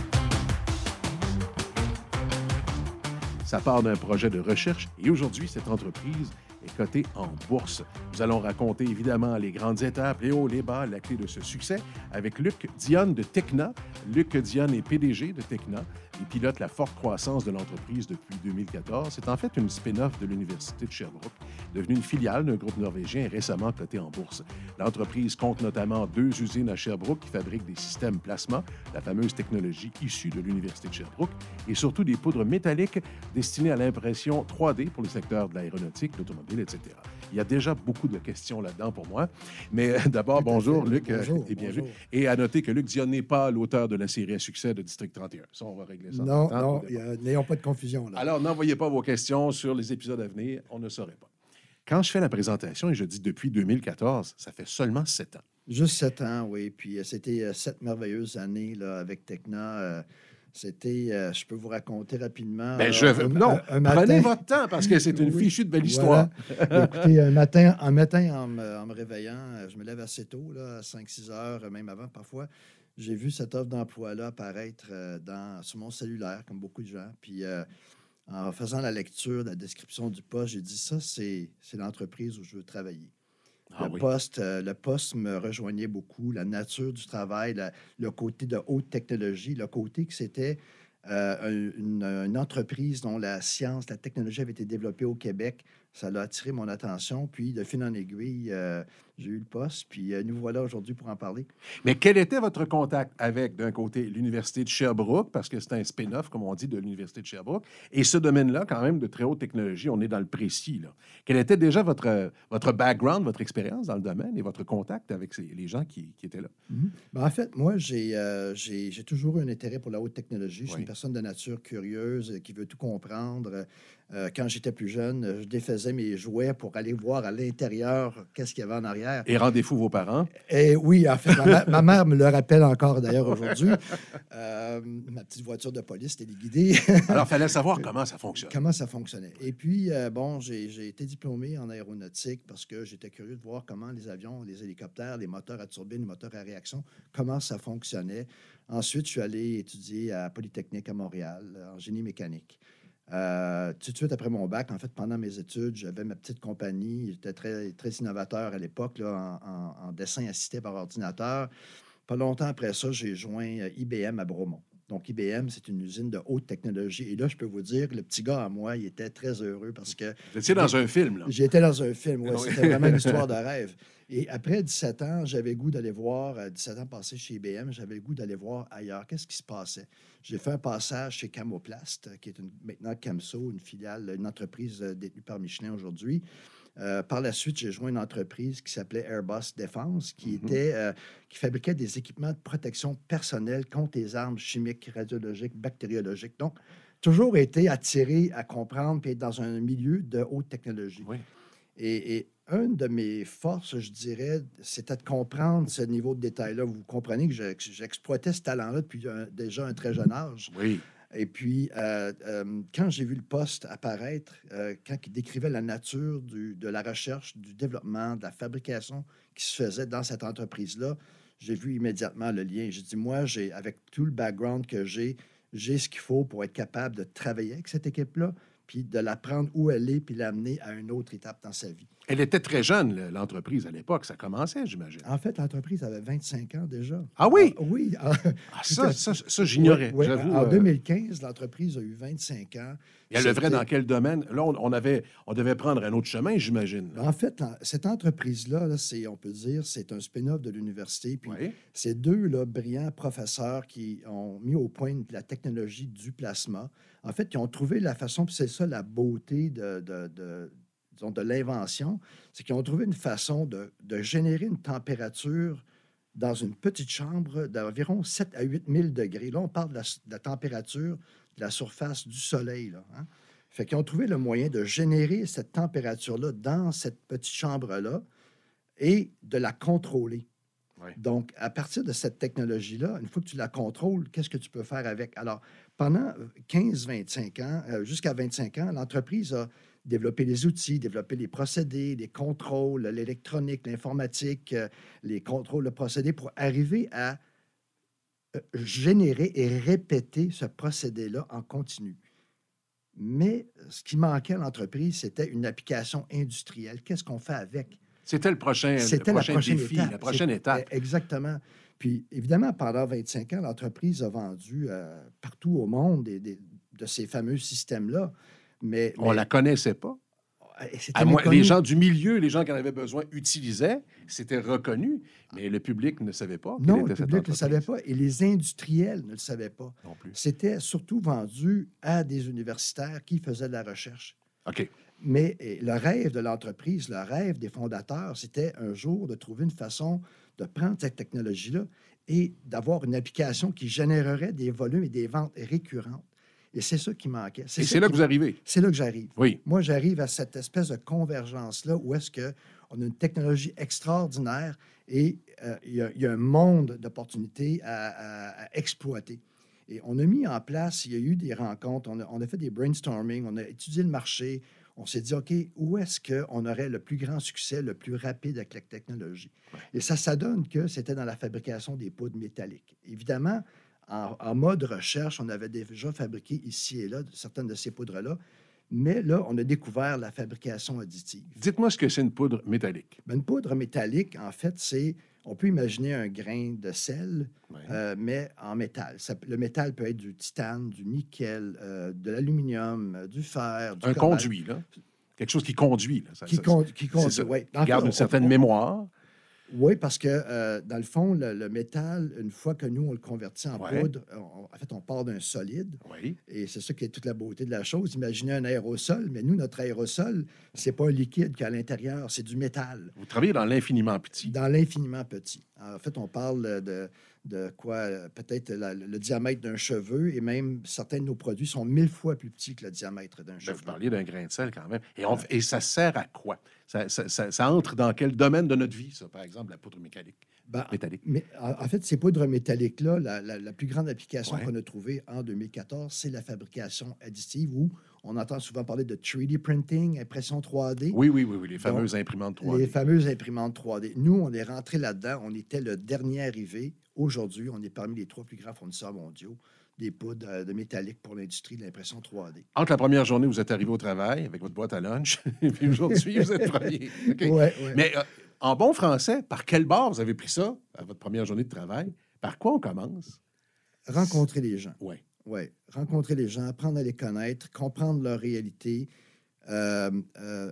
Speaker 9: Ça part d'un projet de recherche et aujourd'hui, cette entreprise est cotée en bourse. Nous allons raconter évidemment les grandes étapes, les hauts, les bas, la clé de ce succès avec Luc Dionne de Tekna. Luc Dionne est P D G de Tekna. Il pilote la forte croissance de l'entreprise depuis deux mille quatorze. C'est en fait une spin-off de l'Université de Sherbrooke, devenue une filiale d'un groupe norvégien et récemment cotée en bourse. L'entreprise compte notamment deux usines à Sherbrooke qui fabriquent des systèmes plasma, la fameuse technologie issue de l'Université de Sherbrooke, et surtout des poudres métalliques destinées à l'impression trois D pour le secteur de l'aéronautique, l'automobile, et cetera. Il y a déjà beaucoup de questions là-dedans pour moi. Mais d'abord,
Speaker 1: Tout à
Speaker 9: bonjour,
Speaker 1: fait.
Speaker 9: Luc, euh,
Speaker 1: Bonjour,
Speaker 9: et bienvenue.
Speaker 1: bonjour.
Speaker 9: Et à noter que Luc Dionne n'est pas l'auteur de la série à succès de District trente et un. Ça, on va régler ça. en
Speaker 1: Non,
Speaker 9: temps,
Speaker 1: non,
Speaker 9: au
Speaker 1: il y
Speaker 9: départ.
Speaker 1: a- n'ayons pas de confusion. Là.
Speaker 9: Alors, n'envoyez pas vos questions sur les épisodes à venir, on ne saurait pas. Quand je fais la présentation, et je dis depuis deux mille quatorze, ça fait seulement sept ans.
Speaker 1: Juste sept ans, oui. Puis euh, c'était euh, sept merveilleuses années là, avec Tekna. Euh, c'était, euh, je peux vous raconter rapidement.
Speaker 9: Ben,
Speaker 1: euh,
Speaker 9: je veux...
Speaker 1: un-
Speaker 9: Non,
Speaker 1: un- un
Speaker 9: prenez
Speaker 1: matin-
Speaker 9: votre temps parce que c'est une
Speaker 1: Oui,
Speaker 9: fichue de belle
Speaker 1: voilà.
Speaker 9: histoire.
Speaker 1: Écoutez, un matin, un matin en, me, en me réveillant, euh, je me lève assez tôt, là, à cinq six heures, euh, même avant parfois. J'ai vu cette offre d'emploi-là apparaître euh, dans, sur mon cellulaire, comme beaucoup de gens. Puis euh, en faisant la lecture, la description du poste, j'ai dit ça, c'est, c'est l'entreprise où je veux travailler.
Speaker 9: Ah
Speaker 1: le,
Speaker 9: oui.
Speaker 1: poste, euh, le poste me rejoignait beaucoup, la nature du travail, la- le côté de haute technologie, le côté que c'était euh, une, une entreprise dont la science, la technologie avait été développée au Québec. Ça a attiré mon attention. Puis, de fil en aiguille, euh, j'ai eu le poste. Puis, euh, nous voilà aujourd'hui pour en parler.
Speaker 9: Mais quel était votre contact avec, d'un côté, l'Université de Sherbrooke, parce que c'est un spin-off, comme on dit, de l'Université de Sherbrooke, et ce domaine-là, quand même, de très haute technologie, on est dans le précis, là. Quel était déjà votre, votre background, votre expérience dans le domaine et votre contact avec ces- les gens qui, qui étaient là?
Speaker 1: Mhm. Ben, en fait, moi, j'ai, euh, j'ai, j'ai toujours eu un intérêt pour la haute technologie. Je suis
Speaker 9: Oui.
Speaker 1: une personne de nature curieuse euh, qui veut tout comprendre. Euh, quand j'étais plus jeune, euh, je défaisais mes jouets pour aller voir à l'intérieur qu'est-ce qu'il y avait en arrière.
Speaker 9: Et rendez-vous vos parents?
Speaker 1: Et oui, en fait, ma, mère- ma mère me le rappelle encore d'ailleurs aujourd'hui. Euh, ma petite voiture de police téléguidée.
Speaker 9: Alors, il fallait savoir comment ça fonctionne.
Speaker 1: Comment ça fonctionnait. Et puis, euh, bon, j'ai, j'ai été diplômé en aéronautique parce que j'étais curieux de voir comment les avions, les hélicoptères, les moteurs à turbine, les moteurs à réaction, comment ça fonctionnait. Ensuite, je suis allé étudier à Polytechnique à Montréal, en génie mécanique. Euh, tout de suite après mon bac, en fait, pendant mes études, j'avais ma petite compagnie. J'étais très, très innovateur à l'époque, là, en, en- en dessin assisté par ordinateur. Pas longtemps après ça, j'ai joint euh, I B M à Bromont. Donc, I B M, c'est une usine de haute technologie. Et là, je peux vous dire que le petit gars à moi, il était très heureux parce que
Speaker 9: Vous étiez dans un film, là.
Speaker 1: j'étais dans un film. Ouais,
Speaker 9: Oui.
Speaker 1: C'était vraiment une histoire de rêve. Et après dix-sept ans, j'avais le goût d'aller voir, euh, dix-sept ans passés chez I B M, j'avais le goût d'aller voir ailleurs. Qu'est-ce qui se passait? J'ai fait un passage chez Camoplast, qui est une- maintenant Camso, une filiale, une entreprise euh, détenue par Michelin aujourd'hui. Euh, par la suite, j'ai joint une entreprise qui s'appelait Airbus Défense, qui,
Speaker 9: Mhm.
Speaker 1: était, euh, qui fabriquait des équipements de protection personnelle contre les armes chimiques, radiologiques, bactériologiques. Donc, toujours été attiré à comprendre et être dans un milieu de haute technologie.
Speaker 9: Oui.
Speaker 1: Et, et une de mes forces, je dirais, c'était de comprendre ce niveau de détail-là. Vous comprenez que je- que j'exploitais ce talent-là depuis un- déjà un très jeune âge.
Speaker 9: Oui.
Speaker 1: Et puis, euh, euh, quand j'ai vu le poste apparaître, euh, quand il décrivait la nature du- de la recherche, du développement, de la fabrication qui se faisait dans cette entreprise-là, j'ai vu immédiatement le lien. J'ai dit, moi, j'ai, avec tout le background que j'ai, j'ai ce qu'il faut pour être capable de travailler avec cette équipe-là, puis de la prendre où elle est, puis l'amener à une autre étape dans sa vie.
Speaker 9: Elle était très jeune, le- l'entreprise, à l'époque. Ça commençait, j'imagine.
Speaker 1: En fait, l'entreprise avait vingt-cinq ans déjà.
Speaker 9: Ah oui?
Speaker 1: Ah, oui. Ah,
Speaker 9: Ah,
Speaker 1: tout
Speaker 9: ça,
Speaker 1: à-
Speaker 9: ça, ça, j'ignorais.
Speaker 1: oui, oui.
Speaker 9: J'avoue.
Speaker 1: En
Speaker 9: euh,
Speaker 1: deux mille quinze, l'entreprise a eu vingt-cinq ans.
Speaker 9: Et elle œuvrait
Speaker 1: C'était-
Speaker 9: dans quel domaine? Là, on, on avait, on devait prendre un autre chemin, j'imagine. là.
Speaker 1: En fait, la- cette entreprise-là, là, c'est, on peut dire, c'est un spin-off de l'université. Puis
Speaker 9: Oui.
Speaker 1: c'est deux là, brillants professeurs qui ont mis au point de la technologie du plasma. En fait, qui ont trouvé la façon, puis c'est ça la beauté de, de, de, disons, de l'invention, c'est qu'ils ont trouvé une façon de, de générer une température dans une petite chambre d'environ sept à huit mille degrés. Là, on parle de la, de la température de la surface du Soleil. Là, hein? Fait qu'ils ont trouvé le moyen de générer cette température-là dans cette petite chambre-là et de la contrôler.
Speaker 9: Oui.
Speaker 1: Donc, à partir de cette technologie-là, une fois que tu la contrôles, qu'est-ce que tu peux faire avec? Alors, pendant quinze à vingt-cinq ans, euh, jusqu'à vingt-cinq ans, l'entreprise a développé les outils, développé les procédés, les contrôles, l'électronique, l'informatique, euh, les contrôles de procédés pour arriver à euh, générer et répéter ce procédé-là en continu. Mais ce qui manquait à l'entreprise, c'était une application industrielle. Qu'est-ce qu'on fait avec?
Speaker 9: C'était le prochain, le
Speaker 1: C'était la
Speaker 9: prochain
Speaker 1: prochaine
Speaker 9: défi,
Speaker 1: étape.
Speaker 9: la prochaine
Speaker 1: C'est-
Speaker 9: étape.
Speaker 1: Exactement. Puis, évidemment, pendant vingt-cinq ans, l'entreprise a vendu euh, partout au monde des- des- de ces fameux systèmes-là. Mais,
Speaker 9: On
Speaker 1: mais-
Speaker 9: la connaissait pas.
Speaker 1: et c'était
Speaker 9: À moins,
Speaker 1: méconnu.
Speaker 9: les gens du milieu, les gens qui en avaient besoin utilisaient, c'était reconnu, mais le public ne savait pas. quelle
Speaker 1: Non,
Speaker 9: était
Speaker 1: le
Speaker 9: cette
Speaker 1: public ne le savait
Speaker 9: entreprise.
Speaker 1: pas et les industriels ne le savaient pas.
Speaker 9: Non plus.
Speaker 1: C'était surtout vendu à des universitaires qui faisaient de la recherche.
Speaker 9: OK.
Speaker 1: Mais eh, le rêve de l'entreprise, le rêve des fondateurs, c'était un jour de trouver une façon de prendre cette technologie-là et d'avoir une application qui générerait des volumes et des ventes récurrentes. Et c'est ça qui manquait.
Speaker 9: Et
Speaker 1: ça
Speaker 9: c'est là
Speaker 1: qui-
Speaker 9: que vous arrivez.
Speaker 1: C'est là que j'arrive.
Speaker 9: Oui.
Speaker 1: Moi, j'arrive à cette espèce de convergence-là où est-ce qu'on a une technologie extraordinaire et euh, il y, a- il y a un monde d'opportunités à, à- à exploiter. Et on a mis en place, il y a eu des rencontres, on a, on a fait des brainstorming, on a étudié le marché, on s'est dit, OK, où est-ce qu'on aurait le plus grand succès, le plus rapide avec la technologie? Et ça, ça donne que c'était dans la fabrication des poudres métalliques. Évidemment, en, en mode recherche, on avait déjà fabriqué ici et là certaines de ces poudres-là. Mais là, on a découvert la fabrication additive.
Speaker 9: Dites-moi ce que c'est une poudre métallique.
Speaker 1: Bien, une poudre métallique, en fait, c'est... On peut imaginer un grain de sel,
Speaker 9: Ouais.
Speaker 1: euh, mais en métal. Ça- le métal peut être du titane, du nickel, euh, de l'aluminium, euh, du fer, du
Speaker 9: Un
Speaker 1: cobalt.
Speaker 9: conduit, là. Quelque chose qui conduit. Là. Ça-
Speaker 1: Qui,
Speaker 9: ça-
Speaker 1: con- qui
Speaker 9: c'est
Speaker 1: conduit,
Speaker 9: ça.
Speaker 1: oui.
Speaker 9: Qui garde une certaine mémoire.
Speaker 1: Oui, parce que, euh, dans le fond, le, le métal, une fois que nous, on le convertit en
Speaker 9: Ouais.
Speaker 1: poudre, on- en fait, on part d'un solide.
Speaker 9: Oui.
Speaker 1: Et c'est ça qui est toute la beauté de la chose. Imaginez un aérosol, mais nous, notre aérosol, c'est pas un liquide qu'à l'intérieur, c'est du métal,
Speaker 9: Vous travaillez dans l'infiniment petit.
Speaker 1: dans l'infiniment petit. En fait, on parle de, de quoi? euh, Peut-être la- le diamètre d'un cheveu, et même certains de nos produits sont mille fois plus petits que le diamètre d'un
Speaker 9: Ben,
Speaker 1: cheveu.
Speaker 9: vous parliez d'un grain de sel quand même. Et, on- et ça sert à quoi? Ça, ça- ça- ça entre dans quel domaine de notre vie, ça, par exemple, la poudre mécanique,
Speaker 1: Ben,
Speaker 9: métallique?
Speaker 1: Mais en, en fait, ces poudres métalliques-là, la, la- la plus grande application
Speaker 9: Ouais.
Speaker 1: qu'on a trouvée en deux mille quatorze, c'est la fabrication additive, où on entend souvent parler de trois D printing, impression trois D.
Speaker 9: Oui, oui, oui, oui, les fameuses imprimantes trois D.
Speaker 1: Les fameuses imprimantes trois D. Nous, on est rentré là-dedans. On était le dernier arrivé. Aujourd'hui, on est parmi les trois plus grands fournisseurs mondiaux des poudres euh, de métallique pour l'industrie de l'impression trois D.
Speaker 9: Entre la première journée, vous êtes arrivé au travail avec votre boîte à lunch, et puis aujourd'hui, vous êtes premier. OK.
Speaker 1: Ouais, ouais.
Speaker 9: Mais euh, en bon français, par quel bord vous avez pris ça à votre première journée de travail? Par quoi on commence?
Speaker 1: Rencontrer les gens.
Speaker 9: Oui.
Speaker 1: Oui, rencontrer les gens, apprendre à les connaître, comprendre leur réalité. Euh, euh,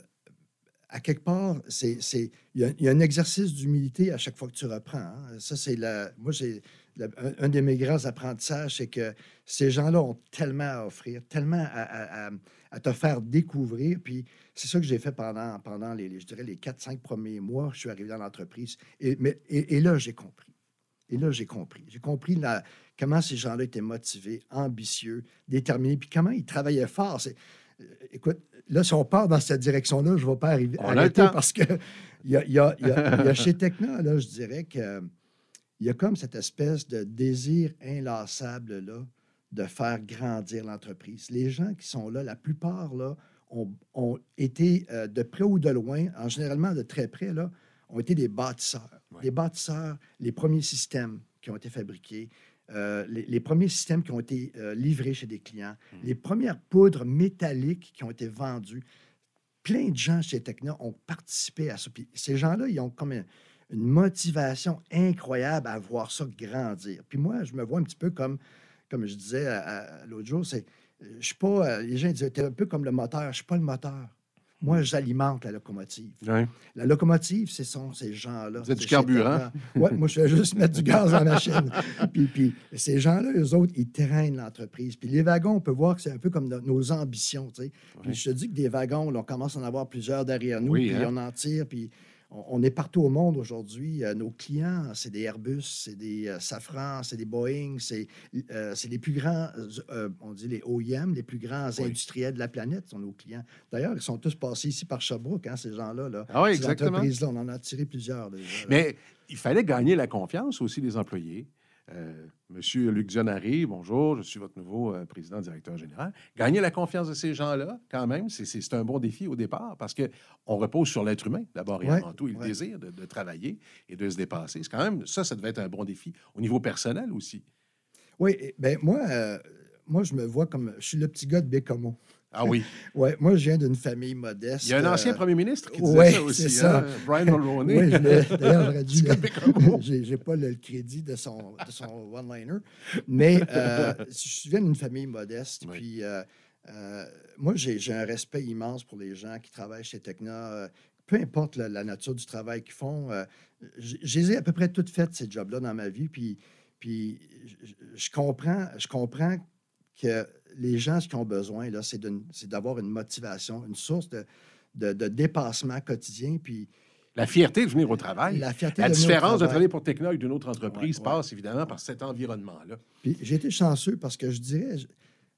Speaker 1: à quelque part, c'est, c'est, il y, a- il y a un exercice d'humilité à chaque fois que tu reprends. Hein. Ça, c'est la. Moi, j'ai la- un, un de mes grands apprentissages, c'est que ces gens-là ont tellement à offrir, tellement à, à- à- à te faire découvrir. Puis c'est ça que j'ai fait pendant, pendant les, les- je dirais, les quatre, cinq premiers mois. Je suis arrivé dans l'entreprise. Et, mais, et, et là, j'ai compris. Et là, j'ai compris. J'ai compris la, comment ces gens-là étaient motivés, ambitieux, déterminés, puis comment ils travaillaient fort. C'est, euh, écoute, là, si on part dans cette direction-là, je ne vais pas arriver
Speaker 9: On a le
Speaker 1: arrêter
Speaker 9: temps.
Speaker 1: parce que il y a, il y a- il y a- il y a chez Tekna, là, je dirais que il y a comme cette espèce de désir inlassable là, de faire grandir l'entreprise. Les gens qui sont là, la plupart là, ont, ont été euh, de près ou de loin, en généralement de très près, là, ont été des bâtisseurs.
Speaker 9: Ouais.
Speaker 1: Des bâtisseurs, les premiers systèmes qui ont été fabriqués, euh, les, les premiers systèmes qui ont été euh, livrés chez des clients,
Speaker 9: Mm.
Speaker 1: les premières poudres métalliques qui ont été vendues. Plein de gens chez Tekna ont participé à ça. Puis ces gens-là, ils ont comme une, une motivation incroyable à voir ça grandir. Puis moi, je me vois un petit peu comme, comme je disais à- à- l'autre jour, c'est, je suis pas, euh, les gens disaient, t'es un peu comme le moteur. Je suis pas le moteur. Moi, j'alimente la locomotive.
Speaker 9: Oui.
Speaker 1: La locomotive, ce sont ces gens-là.
Speaker 9: Vous êtes du
Speaker 1: C'est chez
Speaker 9: carburant.
Speaker 1: Tekna. Ouais, moi, je fais juste mettre du gaz dans la machine. Puis, puis ces gens-là, eux autres, ils traînent l'entreprise. Puis les wagons, on peut voir que c'est un peu comme no- nos ambitions, tu sais. Puis
Speaker 9: Ouais.
Speaker 1: je te dis que des wagons, là, on commence à en avoir plusieurs derrière nous,
Speaker 9: Oui,
Speaker 1: puis
Speaker 9: hein?
Speaker 1: on en tire, puis on, on est partout au monde aujourd'hui. Euh, nos clients, c'est des Airbus, c'est des euh, Safran, c'est des Boeing, c'est euh, c'est les plus grands, euh, on dit les O E M, les plus grands
Speaker 9: Oui.
Speaker 1: industriels de la planète sont nos clients. D'ailleurs, ils sont tous passés ici par Sherbrooke, hein, ces gens-là. Là.
Speaker 9: Ah oui,
Speaker 1: Ces
Speaker 9: exactement.
Speaker 1: entreprises-là, on en a tiré plusieurs déjà. là.
Speaker 9: Mais il fallait gagner la confiance aussi des employés. Euh, Monsieur Luc Dionary, bonjour, je suis votre nouveau euh, président-directeur général. Gagner la confiance de ces gens-là, quand même, c'est- c'est c'est un bon défi au départ parce qu'on repose sur l'être humain, d'abord et
Speaker 1: Ouais,
Speaker 9: avant tout, et le
Speaker 1: ouais.
Speaker 9: désir de, de travailler et de se dépasser. C'est quand même, ça, ça devait être un bon défi au niveau personnel aussi.
Speaker 1: Oui, eh, ben moi, euh, moi, je me vois comme... Je suis le petit gars de Bécomo.
Speaker 9: Ah oui,
Speaker 1: Ouais, moi, je viens d'une famille modeste.
Speaker 9: il y a un ancien
Speaker 1: euh,
Speaker 9: premier ministre qui disait
Speaker 1: ouais,
Speaker 9: ça aussi,
Speaker 1: c'est ça.
Speaker 9: hein, Brian Mulroney.
Speaker 1: Oui, je l'ai- d'ailleurs, j'aurais dû.
Speaker 9: Petit gars de Bécomo.
Speaker 1: J'ai j'ai pas le crédit de son, de son one-liner. Mais euh, je viens d'une famille modeste.
Speaker 9: Oui.
Speaker 1: Puis, euh, euh, moi, j'ai j'ai un respect immense pour les gens qui travaillent chez Tekna. Euh, peu importe la, la nature du travail qu'ils font. Euh, je je les ai à peu près toutes faites, ces jobs-là, dans ma vie. Puis, puis je, je comprends, je comprends que les gens, ce qu'ils ont besoin, là, c'est d'une- c'est d'avoir une motivation, une source de, de, de dépassement quotidien. Puis,
Speaker 9: La fierté de venir au travail.
Speaker 1: la fierté
Speaker 9: La
Speaker 1: de venir au
Speaker 9: différence de
Speaker 1: travail.
Speaker 9: travailler pour Tekna et d'une autre entreprise
Speaker 1: Ouais, ouais.
Speaker 9: passe évidemment par cet environnement-là.
Speaker 1: Puis j'ai été chanceux parce que je dirais, je-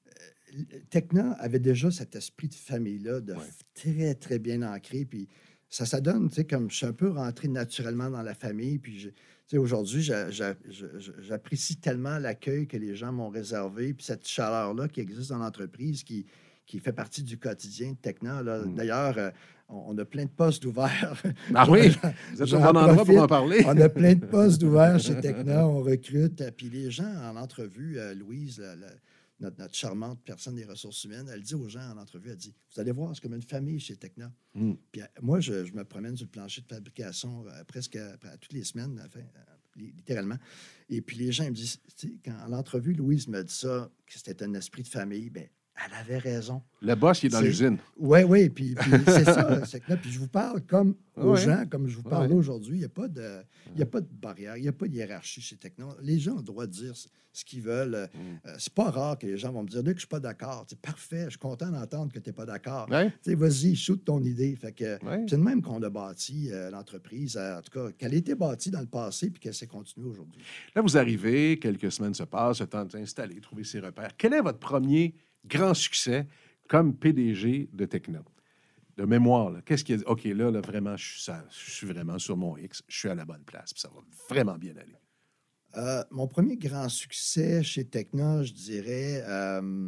Speaker 1: euh, Tekna avait déjà cet esprit de famille-là, de
Speaker 9: Ouais.
Speaker 1: très, très bien ancré. Puis ça, ça donne, tu sais, comme je suis un peu rentré naturellement dans la famille. Puis, je- tu sais, aujourd'hui, j'a- j'a- je- je- j'apprécie tellement l'accueil que les gens m'ont réservé, puis cette chaleur-là qui existe dans l'entreprise, qui, qui fait partie du quotidien de Tekna. Là.
Speaker 9: Mm.
Speaker 1: D'ailleurs, euh, on, on a plein de postes ouverts.
Speaker 9: Ah oui, vous êtes au bon endroit pour en parler.
Speaker 1: On a plein de postes ouverts chez Tekna, on recrute. Puis les gens en entrevue, euh, Louise, la, la, notre, notre charmante personne des ressources humaines, elle dit aux gens en entrevue, elle dit, vous allez voir, c'est comme une famille chez Tekna. Mm. Puis euh, moi, je, je me promène sur le plancher de fabrication euh, presque à, à toutes les semaines, enfin, euh, littéralement. Et puis les gens ils me disent, quand en entrevue, Louise me dit ça, que c'était un esprit de famille, bien, elle avait raison.
Speaker 9: Le boss, il est dans l'usine.
Speaker 1: Oui, oui, puis, puis c'est ça. C'est que là, puis je vous parle comme aux
Speaker 9: ouais.
Speaker 1: gens, comme je vous parle
Speaker 9: ouais.
Speaker 1: aujourd'hui. Il n'y a pas de, il y a pas de barrière, il n'y a pas de hiérarchie chez Tekna. Les gens ont le droit de dire ce qu'ils veulent. Mm. Euh, c'est pas rare que les gens vont me dire, Luc, je ne suis pas d'accord. C'est parfait, je suis content d'entendre que tu n'es pas d'accord.
Speaker 9: Ouais.
Speaker 1: Vas-y, shoot ton idée. Fait que
Speaker 9: ouais.
Speaker 1: c'est de même qu'on a bâti euh, l'entreprise, euh, en tout cas, qu'elle a été bâtie dans le passé puis qu'elle s'est continuée aujourd'hui.
Speaker 9: Là, vous arrivez, quelques semaines se passent, le temps de s'installer, trouver ses repères. Quel est votre premier grand succès comme P D G de Tekna? De mémoire, là, qu'est-ce qui a dit? OK, là, là vraiment, je suis, ça, je suis vraiment sur mon X, je suis à la bonne place, puis ça va vraiment bien aller.
Speaker 1: Euh, mon premier grand succès chez Tekna, je dirais, euh,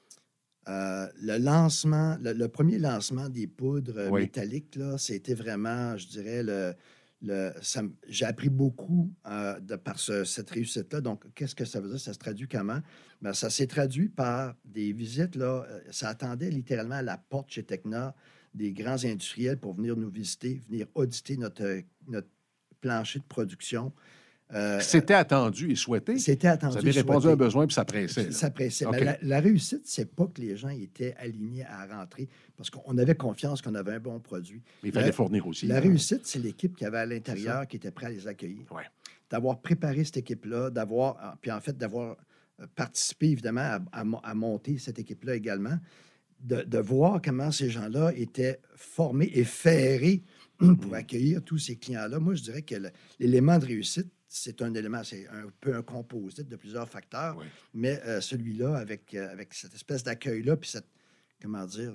Speaker 1: euh, le lancement, le, le premier lancement des poudres
Speaker 9: oui.
Speaker 1: métalliques, là, c'était vraiment, je dirais, le... Le, ça, j'ai appris beaucoup euh, de, par ce, cette réussite-là. Donc, qu'est-ce que ça veut dire? Ça se traduit comment? Bien, ça s'est traduit par des visites. Là, ça attendait littéralement à la porte chez Tekna des grands industriels pour venir nous visiter, venir auditer notre, notre plancher de production.
Speaker 9: Euh, c'était attendu et souhaité.
Speaker 1: C'était attendu.
Speaker 9: Vous avez répondu
Speaker 1: souhaité.
Speaker 9: à un besoin, puis ça pressait.
Speaker 1: Puis ça pressait.
Speaker 9: Okay.
Speaker 1: Mais la, la réussite, c'est pas que les gens étaient alignés à rentrer, parce qu'on avait confiance qu'on avait un bon produit.
Speaker 9: Mais il fallait
Speaker 1: la,
Speaker 9: fournir aussi.
Speaker 1: La
Speaker 9: hein.
Speaker 1: réussite, c'est l'équipe qui avait à l'intérieur qui était prête à les accueillir.
Speaker 9: Ouais.
Speaker 1: D'avoir préparé cette équipe-là, d'avoir, puis en fait, d'avoir participé, évidemment, à, à, à monter cette équipe-là également, de, de voir comment ces gens-là étaient formés et ferrés pour mmh. accueillir tous ces clients-là. Moi, je dirais que le, l'élément de réussite, c'est un élément, c'est un peu un composite de plusieurs facteurs,
Speaker 9: oui.
Speaker 1: mais euh, celui-là, avec, euh, avec cette espèce d'accueil-là, puis cette, comment dire,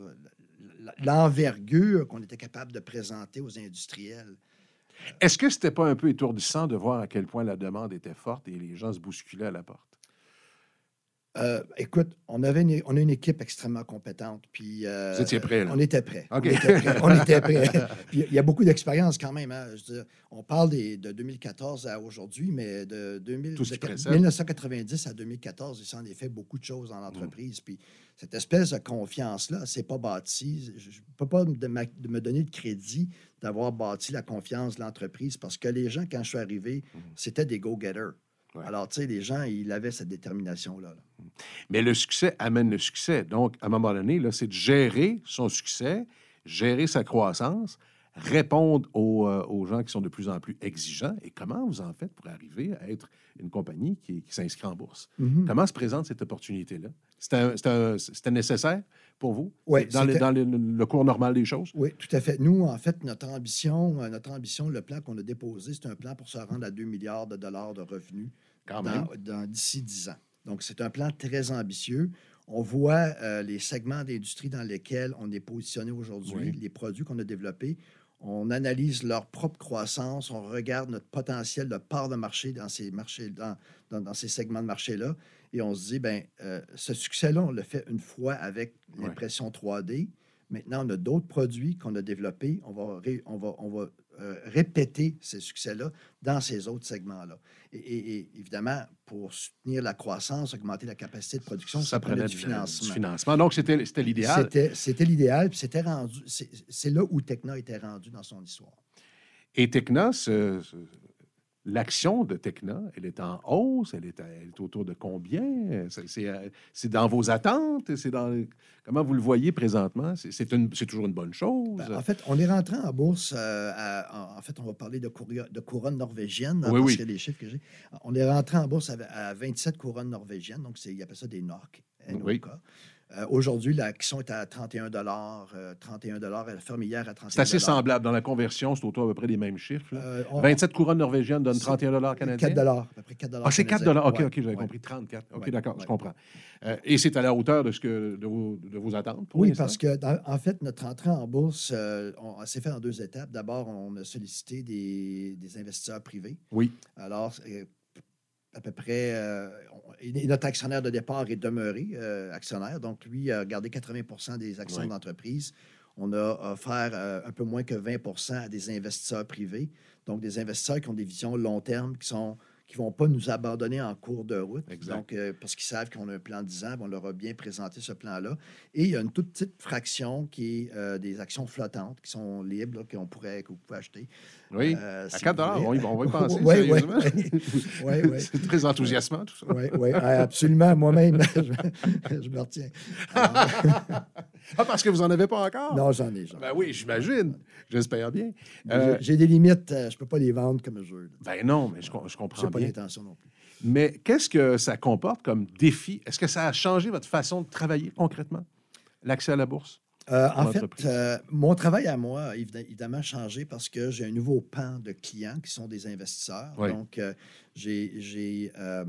Speaker 1: l'envergure qu'on était capable de présenter aux industriels.
Speaker 9: Est-ce que c'était pas un peu étourdissant de voir à quel point la demande était forte et les gens se bousculaient à la porte?
Speaker 1: Euh, écoute, on avait une, on a une équipe extrêmement compétente. Puis, euh,
Speaker 9: Vous étiez prêts, là?
Speaker 1: On était prêts.
Speaker 9: Okay.
Speaker 1: On était prêts. On était prêts. Puis, il y a beaucoup d'expérience quand même. Hein. Je veux dire, on parle des, de deux mille quatorze à aujourd'hui, mais de, deux mille, de dix-neuf cent quatre-vingt-dix à deux mille quatorze, il s'en est fait beaucoup de choses dans l'entreprise. Mmh. Puis cette espèce de confiance-là, c'est pas bâti. Je ne peux pas de, ma, de me donner de crédit d'avoir bâti la confiance de l'entreprise parce que les gens, quand je suis arrivé, mmh. c'était des go-getters. Ouais. Alors, tu sais, les gens, ils avaient cette détermination-là. Là.
Speaker 9: Mais le succès amène le succès. Donc, à un moment donné, là, c'est de gérer son succès, gérer sa croissance, répondre aux, euh, aux gens qui sont de plus en plus exigeants. Et comment vous en faites pour arriver à être une compagnie qui, qui s'inscrit en bourse? Mm-hmm. Comment se présente cette opportunité-là? C'était, c'était, c'était nécessaire pour vous?
Speaker 1: Oui.
Speaker 9: Dans, les, dans le, le cours normal des choses?
Speaker 1: Oui, tout à fait. Nous, en fait, notre ambition, notre ambition, le plan qu'on a déposé, c'est un plan pour se rendre à deux milliards de dollars de revenus
Speaker 9: Quand
Speaker 1: dans,
Speaker 9: même.
Speaker 1: dans, d'ici dix ans. Donc, c'est un plan très ambitieux. On voit euh, les segments d'industrie dans lesquels on est positionné aujourd'hui, oui. les produits qu'on a développés. On analyse leur propre croissance, on regarde notre potentiel de part de marché dans ces, marchés, dans, dans, dans ces segments de marché-là, et on se dit, bien, euh, ce succès-là, on l'a fait une fois avec l'impression ouais. trois D. Maintenant, on a d'autres produits qu'on a développés. On va, ré, on va, on va euh, répéter ces succès-là dans ces autres segments-là. Et, et, et évidemment, pour soutenir la croissance, augmenter la capacité de production, ça, ça prenait du financement.
Speaker 9: du financement. Donc, c'était, c'était l'idéal.
Speaker 1: C'était, c'était l'idéal, puis c'était rendu, c'est, c'est là où Tekna était rendu dans son histoire.
Speaker 9: Et Tekna, ce, ce, l'action de Tekna, elle est en hausse, elle est, elle est autour de combien? C'est, c'est, c'est dans vos attentes? C'est dans, comment vous le voyez présentement? C'est, c'est, une, c'est toujours une bonne chose?
Speaker 1: Ben, en fait, on est rentré en bourse. Euh, à, en fait, on va parler de, cour- de couronne norvégienne,
Speaker 9: oui,
Speaker 1: parce
Speaker 9: oui.
Speaker 1: que les chiffres que j'ai. On est rentré en bourse à, à vingt-sept couronnes norvégiennes, donc c'est, ils appellent ça des N O C. N O K. Oui. Euh, aujourd'hui, l'action est à trente et un dollars. Euh, trente et un dollars, elle ferme hier à trente et un dollars.
Speaker 9: C'est assez semblable. Dans la conversion, c'est autour à peu près des mêmes chiffres.
Speaker 1: Euh, on,
Speaker 9: vingt-sept couronnes norvégiennes donnent trente et un dollars canadiens.
Speaker 1: quatre dollars, à peu près quatre dollars.
Speaker 9: Ah, c'est quatre dollars. OK,
Speaker 1: ouais,
Speaker 9: OK, j'avais
Speaker 1: ouais.
Speaker 9: compris. trente-quatre. OK,
Speaker 1: ouais,
Speaker 9: d'accord,
Speaker 1: ouais.
Speaker 9: je comprends. Euh, et c'est à la hauteur de, ce que, de, vos, de vos attentes?
Speaker 1: Oui,
Speaker 9: l'instant?
Speaker 1: parce que, dans, en fait, notre entrée en bourse, euh, on, s'est fait en deux étapes. D'abord, on a sollicité des, des investisseurs privés.
Speaker 9: Oui.
Speaker 1: Alors, euh, à peu près... euh, on- et notre actionnaire de départ est demeuré euh, actionnaire. Donc, lui a gardé quatre-vingts pour cent des actions
Speaker 9: Oui.
Speaker 1: de l'entreprise. On a offert euh, un peu moins que vingt pour cent à des investisseurs privés. Donc, des investisseurs qui ont des visions long terme, qui sont qui ne vont pas nous abandonner en cours de route.
Speaker 9: Exact.
Speaker 1: Donc, euh, parce qu'ils savent qu'on a un plan de dix ans, on leur a bien présenté ce plan-là. Et il y a une toute petite fraction qui est euh, des actions flottantes qui sont libres, là, qu'on pourrait, que vous pouvez acheter.
Speaker 9: Oui.
Speaker 1: Euh,
Speaker 9: À
Speaker 1: si
Speaker 9: quatre
Speaker 1: vous
Speaker 9: dollars,
Speaker 1: voulez.
Speaker 9: on, y- on va y penser,
Speaker 1: Oui, oui,
Speaker 9: sérieusement.
Speaker 1: oui, oui.
Speaker 9: C'est très enthousiasmant, tout ça.
Speaker 1: Oui, oui, absolument. Moi-même, je, je me retiens. Alors,
Speaker 9: Ah, parce que vous n'en avez pas encore?
Speaker 1: non, j'en ai. J'en ai.
Speaker 9: Ben oui, j'imagine. J'espère bien.
Speaker 1: Mais
Speaker 9: Euh,
Speaker 1: J'ai j'ai des limites. euh, Je ne peux pas les vendre comme je veux.
Speaker 9: ben non, mais je, com- je
Speaker 1: Je
Speaker 9: comprends
Speaker 1: n'ai pas
Speaker 9: bien.
Speaker 1: l'intention non plus.
Speaker 9: Mais qu'est-ce que ça comporte comme défi? Est-ce que ça a changé votre façon de travailler concrètement? L'accès à la bourse?
Speaker 1: Euh, en fait,
Speaker 9: l'entreprise.
Speaker 1: euh, mon travail à moi a évid- évidemment changé parce que j'ai un nouveau pan de clients qui sont des investisseurs.
Speaker 9: Oui.
Speaker 1: Donc, euh, j'ai j'ai, euh,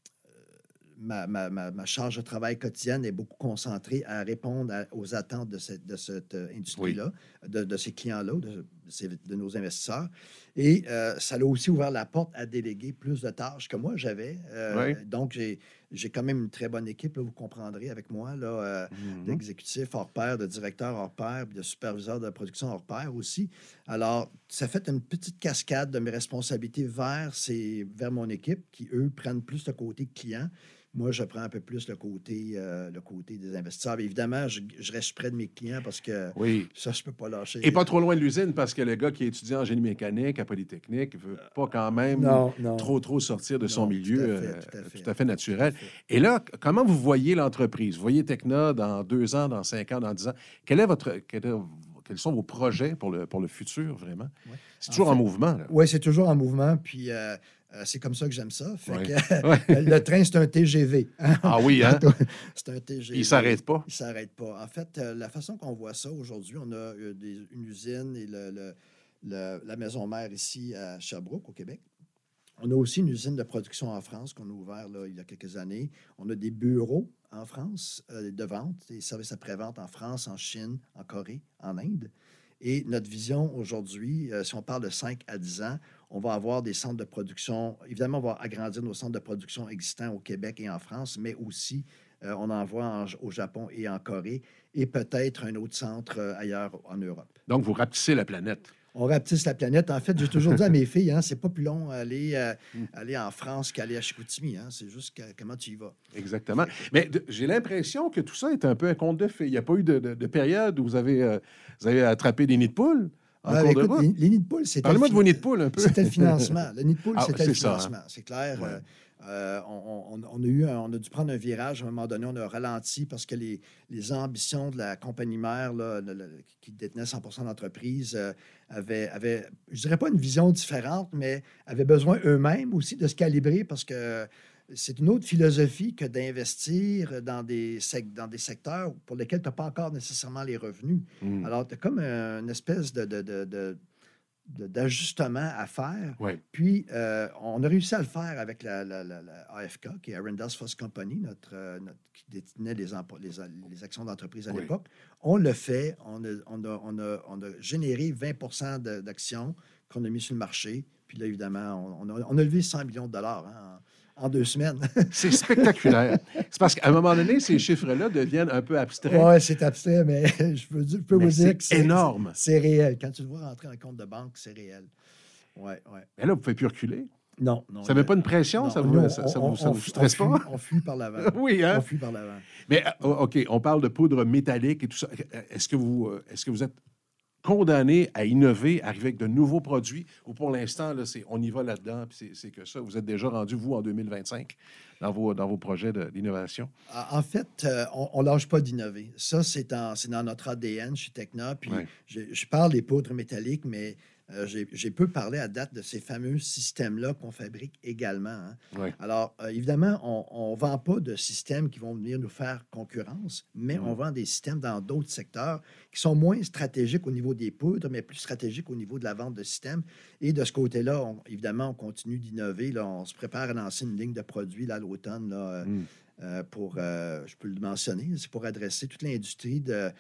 Speaker 1: ma, ma- ma- ma charge de travail quotidienne est beaucoup concentrée à répondre à- aux attentes de cette, de cette euh, industrie-là, de, de ces clients-là, de, de ces- de nos investisseurs. Et euh, ça a aussi ouvert la porte à déléguer plus de tâches que moi j'avais. Euh,
Speaker 9: Oui.
Speaker 1: Donc, j'ai j'ai quand même une très bonne équipe, là, vous comprendrez avec moi, là, euh,
Speaker 9: Mhm.
Speaker 1: d'exécutifs hors pair, de directeurs hors pair, puis de superviseurs de production hors pair aussi. Alors, ça fait une petite cascade de mes responsabilités vers, ces, vers mon équipe qui, eux, prennent plus le côté client. Moi, je prends un peu plus le côté, euh, le côté des investisseurs. Mais évidemment, je, je reste près de mes clients parce que
Speaker 9: Oui.
Speaker 1: ça, je ne peux pas lâcher.
Speaker 9: Et pas trop loin de l'usine parce que le gars qui est étudiant en génie mécanique à Polytechnique ne veut pas quand même
Speaker 1: Non, non.
Speaker 9: trop, trop sortir de son
Speaker 1: Non,
Speaker 9: milieu
Speaker 1: tout à fait,
Speaker 9: euh,
Speaker 1: tout à fait.
Speaker 9: tout à fait naturel.
Speaker 1: Tout à fait.
Speaker 9: Et là, c- comment vous voyez l'entreprise? Vous voyez Tekna dans deux ans, dans cinq ans, dans dix ans? Quel est votre, quel est- quels sont vos projets pour le, pour le futur, vraiment?
Speaker 1: Ouais.
Speaker 9: C'est
Speaker 1: En
Speaker 9: toujours en,
Speaker 1: fait-
Speaker 9: mouvement. Là.
Speaker 1: Oui, c'est toujours en mouvement. Puis euh, euh, c'est comme ça que j'aime ça. Fait
Speaker 9: Ouais.
Speaker 1: que,
Speaker 9: Ouais.
Speaker 1: le train, c'est un T G V.
Speaker 9: Ah oui, hein?
Speaker 1: C'est un T G V.
Speaker 9: Il ne s'arrête pas.
Speaker 1: Il ne s'arrête pas. En fait, euh, la façon qu'on voit ça aujourd'hui, on a euh, des- une usine et le- le- le- la maison mère ici à Sherbrooke, au Québec. On a aussi une usine de production en France qu'on a ouvert là, il y a quelques années. On a des bureaux en France euh, de vente, des services après-vente en France, en Chine, en Corée, en Inde. Et notre vision aujourd'hui, euh, si on parle de cinq à dix ans, on va avoir des centres de production. Évidemment, on va agrandir nos centres de production existants au Québec et en France, mais aussi euh, on en voit en- au Japon et en Corée, et peut-être un autre centre euh, ailleurs en Europe.
Speaker 9: Donc, vous rapetissez la planète.
Speaker 1: On rapetisse la planète. En fait, j'ai toujours dit à mes filles, hein, c'est pas plus long aller, euh, aller en France qu'aller à Chicoutimi. Hein, c'est juste que- comment tu y vas.
Speaker 9: Exactement. Mais de- j'ai l'impression que tout ça est un peu un conte de fées. Il n'y a pas eu de, de- de période où vous avez, euh, vous avez attrapé des nids de poules en
Speaker 1: Ah,
Speaker 9: cours de
Speaker 1: écoute,
Speaker 9: route.
Speaker 1: les, les nids de poule, c'était.
Speaker 9: Parlez-moi
Speaker 1: le
Speaker 9: de vos
Speaker 1: fin-
Speaker 9: nids de poule un peu.
Speaker 1: C'était le financement. Le nid de poule,
Speaker 9: Ah,
Speaker 1: c'était le
Speaker 9: c'est ça, hein.
Speaker 1: financement. C'est clair.
Speaker 9: Ouais.
Speaker 1: euh, euh, on, on- on a eu un- on a dû prendre un virage à un moment donné. On a ralenti parce que les, les ambitions de la compagnie mère là, le- le- qui détenait cent pour cent de l'entreprise euh, avaient, avaient, je dirais pas une vision différente, mais avaient besoin eux-mêmes aussi de se calibrer parce que c'est une autre philosophie que d'investir dans des, sec- dans des secteurs pour lesquels tu n'as pas encore nécessairement les revenus.
Speaker 9: Hmm.
Speaker 1: Alors, tu as comme euh, une espèce de, de- de- de- de- d'ajustement à faire.
Speaker 9: Ouais.
Speaker 1: Puis, euh, on a réussi à le faire avec la, la- la- la A F K, qui est Arendals Foss Company, notre, euh, notre- qui détenait les, empo- les, les actions d'entreprise à
Speaker 9: Oui.
Speaker 1: l'époque. On le fait. On a, on a- on a- on a généré vingt pour cent de- d'actions qu'on a mis sur le marché. Puis là, évidemment, on, on a, on a levé cent millions de dollars hein, en, en deux semaines.
Speaker 9: C'est spectaculaire. C'est parce qu'à un moment donné, ces chiffres-là deviennent un peu abstraits.
Speaker 1: Oui, c'est abstrait, mais je peux, dire- je peux
Speaker 9: Mais
Speaker 1: vous dire
Speaker 9: c'est
Speaker 1: que c'est
Speaker 9: énorme.
Speaker 1: C'est réel. Quand tu le vois rentrer dans le compte de banque, c'est réel. Oui, oui.
Speaker 9: Mais là, vous ne pouvez plus reculer.
Speaker 1: Non, non.
Speaker 9: Ça ne met pas une pression?
Speaker 1: Non,
Speaker 9: ça
Speaker 1: nous,
Speaker 9: vous,
Speaker 1: on-
Speaker 9: ça, ça
Speaker 1: on-
Speaker 9: vous, ça
Speaker 1: on
Speaker 9: vous
Speaker 1: fuit-
Speaker 9: stresse
Speaker 1: on
Speaker 9: pas?
Speaker 1: fuit- On fuit par l'avant.
Speaker 9: Oui, hein?
Speaker 1: On fuit par l'avant.
Speaker 9: Mais, euh, OK, on parle de poudre métallique et tout ça. Est-ce que vous, euh, est-ce que vous êtes condamné à innover, arriver avec de nouveaux produits, ou pour l'instant, là, c'est, on y va là-dedans, puis c'est, c'est que ça. Vous êtes déjà rendu, vous, en deux mille vingt-cinq, dans vos, dans vos projets de- d'innovation?
Speaker 1: En en fait, euh, on ne lâche pas d'innover. Ça, c'est, en- c'est dans notre A D N chez Tekna. Puis
Speaker 9: Ouais.
Speaker 1: je, je parle des poudres métalliques, mais euh, j'ai, j'ai peu parlé à date de ces fameux systèmes-là qu'on fabrique également. hein.
Speaker 9: Oui.
Speaker 1: Alors, euh, évidemment, on ne vend pas de systèmes qui vont venir nous faire concurrence, mais
Speaker 9: Mm.
Speaker 1: on vend des systèmes dans d'autres secteurs qui sont moins stratégiques au niveau des poudres, mais plus stratégiques au niveau de la vente de systèmes. Et de ce côté-là, on- évidemment, on continue d'innover. Là, on se prépare à lancer une ligne de produits là, à l'automne là, euh,
Speaker 9: Mm.
Speaker 1: euh, pour, euh, je peux le mentionner, c'est pour adresser toute l'industrie de,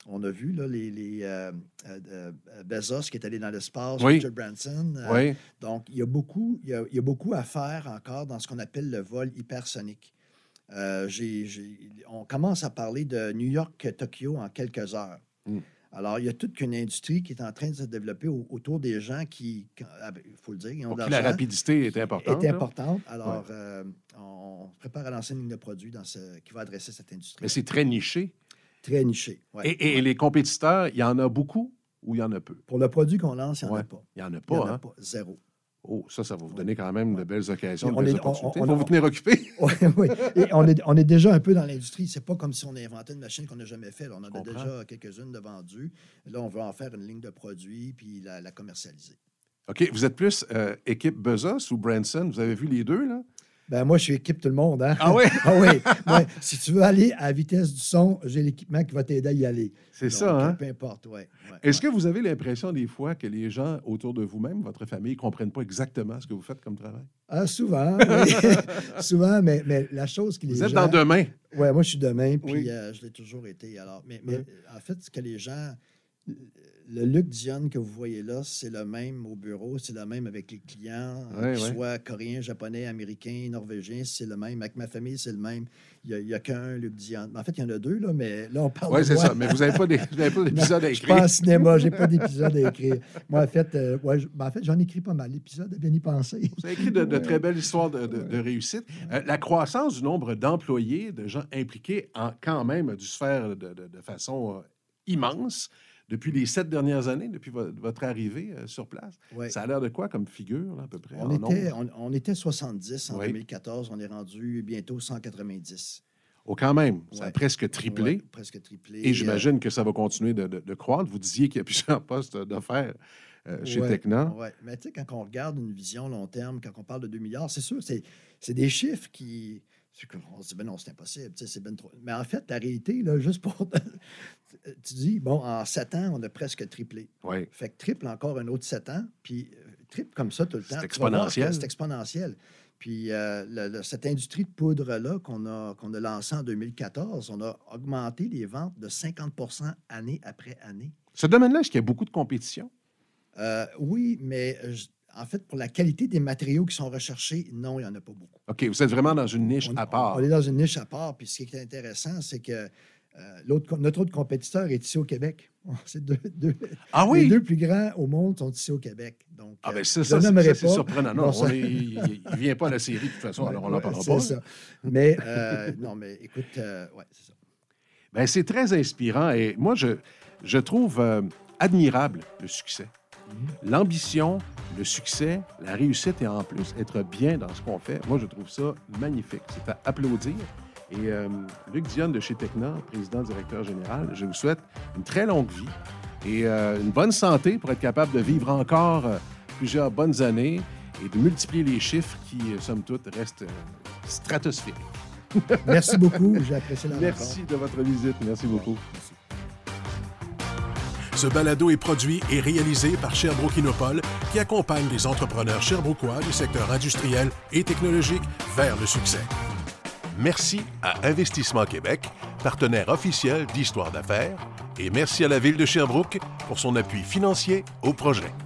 Speaker 1: on a vu là, les, les euh, euh, Bezos qui est allé dans l'espace,
Speaker 9: oui.
Speaker 1: Richard Branson. Euh,
Speaker 9: oui.
Speaker 1: Donc, il y, a beaucoup, il, y a, il y a beaucoup à faire encore dans ce qu'on appelle le vol hypersonique. Euh, j'ai, j'ai, on commence à parler de New York-Tokyo en quelques heures. Mm. Alors, il y a toute une industrie qui est en train de se développer au, autour des gens qui, il faut le dire, ils ont
Speaker 9: Pour
Speaker 1: de
Speaker 9: qui la
Speaker 1: l'argent.
Speaker 9: rapidité est importante.
Speaker 1: Est importante. Alors,
Speaker 9: ouais.
Speaker 1: euh, on se prépare à lancer une ligne de produits dans ce, qui va adresser cette industrie.
Speaker 9: Mais c'est très niché.
Speaker 1: Très niché, oui.
Speaker 9: Et, et
Speaker 1: ouais.
Speaker 9: les compétiteurs, il y en a beaucoup ou il y en a peu?
Speaker 1: Pour le produit qu'on lance, il n'y en
Speaker 9: ouais.
Speaker 1: a pas.
Speaker 9: Il n'y en a pas,
Speaker 1: Il n'y en a
Speaker 9: hein?
Speaker 1: pas. Zéro.
Speaker 9: Oh, ça, ça va vous donner quand même de belles occasions, de
Speaker 1: on
Speaker 9: belles
Speaker 1: est,
Speaker 9: opportunités.
Speaker 1: On, on,
Speaker 9: il faut
Speaker 1: on,
Speaker 9: vous tenir occupé.
Speaker 1: Oui, oui. Et on est, on est déjà un peu dans l'industrie. C'est pas comme si on inventait une machine qu'on n'a jamais faite. On en a déjà quelques-unes de vendues. Là, on veut en faire une ligne de produits puis la, la commercialiser.
Speaker 9: OK. Vous êtes plus euh, équipe Bezos ou Branson? Vous avez vu les deux, là?
Speaker 1: Ben moi, je suis équipe tout le monde. Hein?
Speaker 9: Ah oui?
Speaker 1: ah oui. Ouais. Si tu veux aller à la vitesse du son, j'ai l'équipement qui va t'aider à y aller.
Speaker 9: C'est
Speaker 1: Donc,
Speaker 9: ça, hein?
Speaker 1: Peu importe, oui. Ouais,
Speaker 9: Est-ce
Speaker 1: ouais.
Speaker 9: que vous avez l'impression des fois que les gens autour de vous-même, votre famille, ne comprennent pas exactement ce que vous faites comme travail?
Speaker 1: Ah, souvent. Oui. souvent, mais, mais la chose qui les
Speaker 9: Vous
Speaker 1: gens...
Speaker 9: êtes dans demain.
Speaker 1: Oui, moi, je suis demain, puis
Speaker 9: oui.
Speaker 1: euh, je l'ai toujours été. Alors, mais, mais
Speaker 9: oui.
Speaker 1: en fait, ce que les gens... Le Luc Dionne que vous voyez là, c'est le même au bureau, c'est le même avec les clients,
Speaker 9: oui,
Speaker 1: qu'ils
Speaker 9: oui.
Speaker 1: soient coréens, japonais, américains, norvégiens, c'est le même. Avec ma famille, c'est le même. Il n'y a, a qu'un Luc Dionne. En fait, il y en a deux, là, mais là, on parle
Speaker 9: Oui,
Speaker 1: de
Speaker 9: c'est
Speaker 1: moi.
Speaker 9: ça. Mais vous n'avez pas d'épisode à écrire.
Speaker 1: Je suis pas en cinéma, je n'ai pas d'épisode à écrire. Moi, en fait, euh, ouais, je, ben, en fait, j'en écris pas mal. L'épisode a bien y penser.
Speaker 9: Vous avez écrit de, de très belles histoires de, de, de réussite. Euh, la croissance du nombre d'employés, de gens impliqués, en, quand même, a dû se faire de, de, de façon euh, immense. Depuis les sept dernières années, depuis vo- votre arrivée euh, sur place,
Speaker 1: Ouais.
Speaker 9: ça a l'air de quoi comme figure, là, à peu près?
Speaker 1: On, était, on, on était soixante-dix en
Speaker 9: oui.
Speaker 1: deux mille quatorze, on est rendu bientôt cent quatre-vingt-dix.
Speaker 9: Oh, quand même, ça
Speaker 1: ouais.
Speaker 9: a presque triplé.
Speaker 1: Ouais, presque triplé.
Speaker 9: Et j'imagine euh, que ça va continuer de, de, de croître. Vous disiez qu'il y a plusieurs postes d'affaires euh, chez
Speaker 1: ouais,
Speaker 9: Tekna.
Speaker 1: Oui, mais tu sais, quand on regarde une vision long terme, quand on parle de deux milliards, c'est sûr, c'est, c'est des chiffres qui... On se dit, ben non, c'est impossible, c'est ben trop... Mais en fait, la réalité, là, juste pour... tu dis, bon, en sept ans, on a presque triplé.
Speaker 9: Oui.
Speaker 1: Fait que triple encore un autre sept ans, puis euh, triple comme ça tout le temps.
Speaker 9: C'est exponentiel.
Speaker 1: C'est exponentiel. Puis euh, le, le, cette industrie de poudre-là qu'on a, qu'on a lancée en deux mille quatorze, on a augmenté les ventes de cinquante pour cent année après année.
Speaker 9: Ce domaine-là, est-ce qu'il y a beaucoup de compétition?
Speaker 1: Euh, oui, mais... Je, En fait, pour la qualité des matériaux qui sont recherchés, non, il n'y en a pas beaucoup.
Speaker 9: OK, vous êtes vraiment dans une niche
Speaker 1: on,
Speaker 9: à part.
Speaker 1: On est dans une niche à part. Puis ce qui est intéressant, c'est que euh, l'autre, notre autre compétiteur est ici au Québec. C'est deux, deux,
Speaker 9: ah oui?
Speaker 1: Les deux plus grands au monde sont ici au Québec. Donc,
Speaker 9: ah, bien,
Speaker 1: euh,
Speaker 9: ça,
Speaker 1: je
Speaker 9: ça,
Speaker 1: ne nommerai
Speaker 9: ça, c'est
Speaker 1: pas.
Speaker 9: surprenant. Non,
Speaker 1: Bon, ça...
Speaker 9: on est, il ne vient pas à la série, de toute façon,
Speaker 1: ouais,
Speaker 9: alors on n'en
Speaker 1: ouais,
Speaker 9: parlera
Speaker 1: c'est
Speaker 9: pas.
Speaker 1: Ça. Mais, euh, non, mais écoute, euh, ouais, c'est ça.
Speaker 9: Bien, c'est très inspirant et moi, je, je trouve euh, admirable le succès. Mm-hmm. L'ambition, le succès, la réussite et en plus être bien dans ce qu'on fait, moi, je trouve ça magnifique. C'est à applaudir. Et euh, Luc Dionne de chez Tekna, président, directeur général, je vous souhaite une très longue vie et euh, une bonne santé pour être capable de vivre encore euh, plusieurs bonnes années et de multiplier les chiffres qui, euh, somme toute, restent euh, stratosphériques.
Speaker 1: Merci beaucoup. J'ai apprécié la rencontre.
Speaker 9: Merci de votre visite. Merci beaucoup.
Speaker 1: Merci.
Speaker 3: Ce balado est produit et réalisé par Sherbrooke Innopol, qui accompagne les entrepreneurs sherbrookois du secteur industriel et technologique vers le succès. Merci à Investissement Québec, partenaire officiel d'Histoire d'affaires, et merci à la Ville de Sherbrooke pour son appui financier au projet.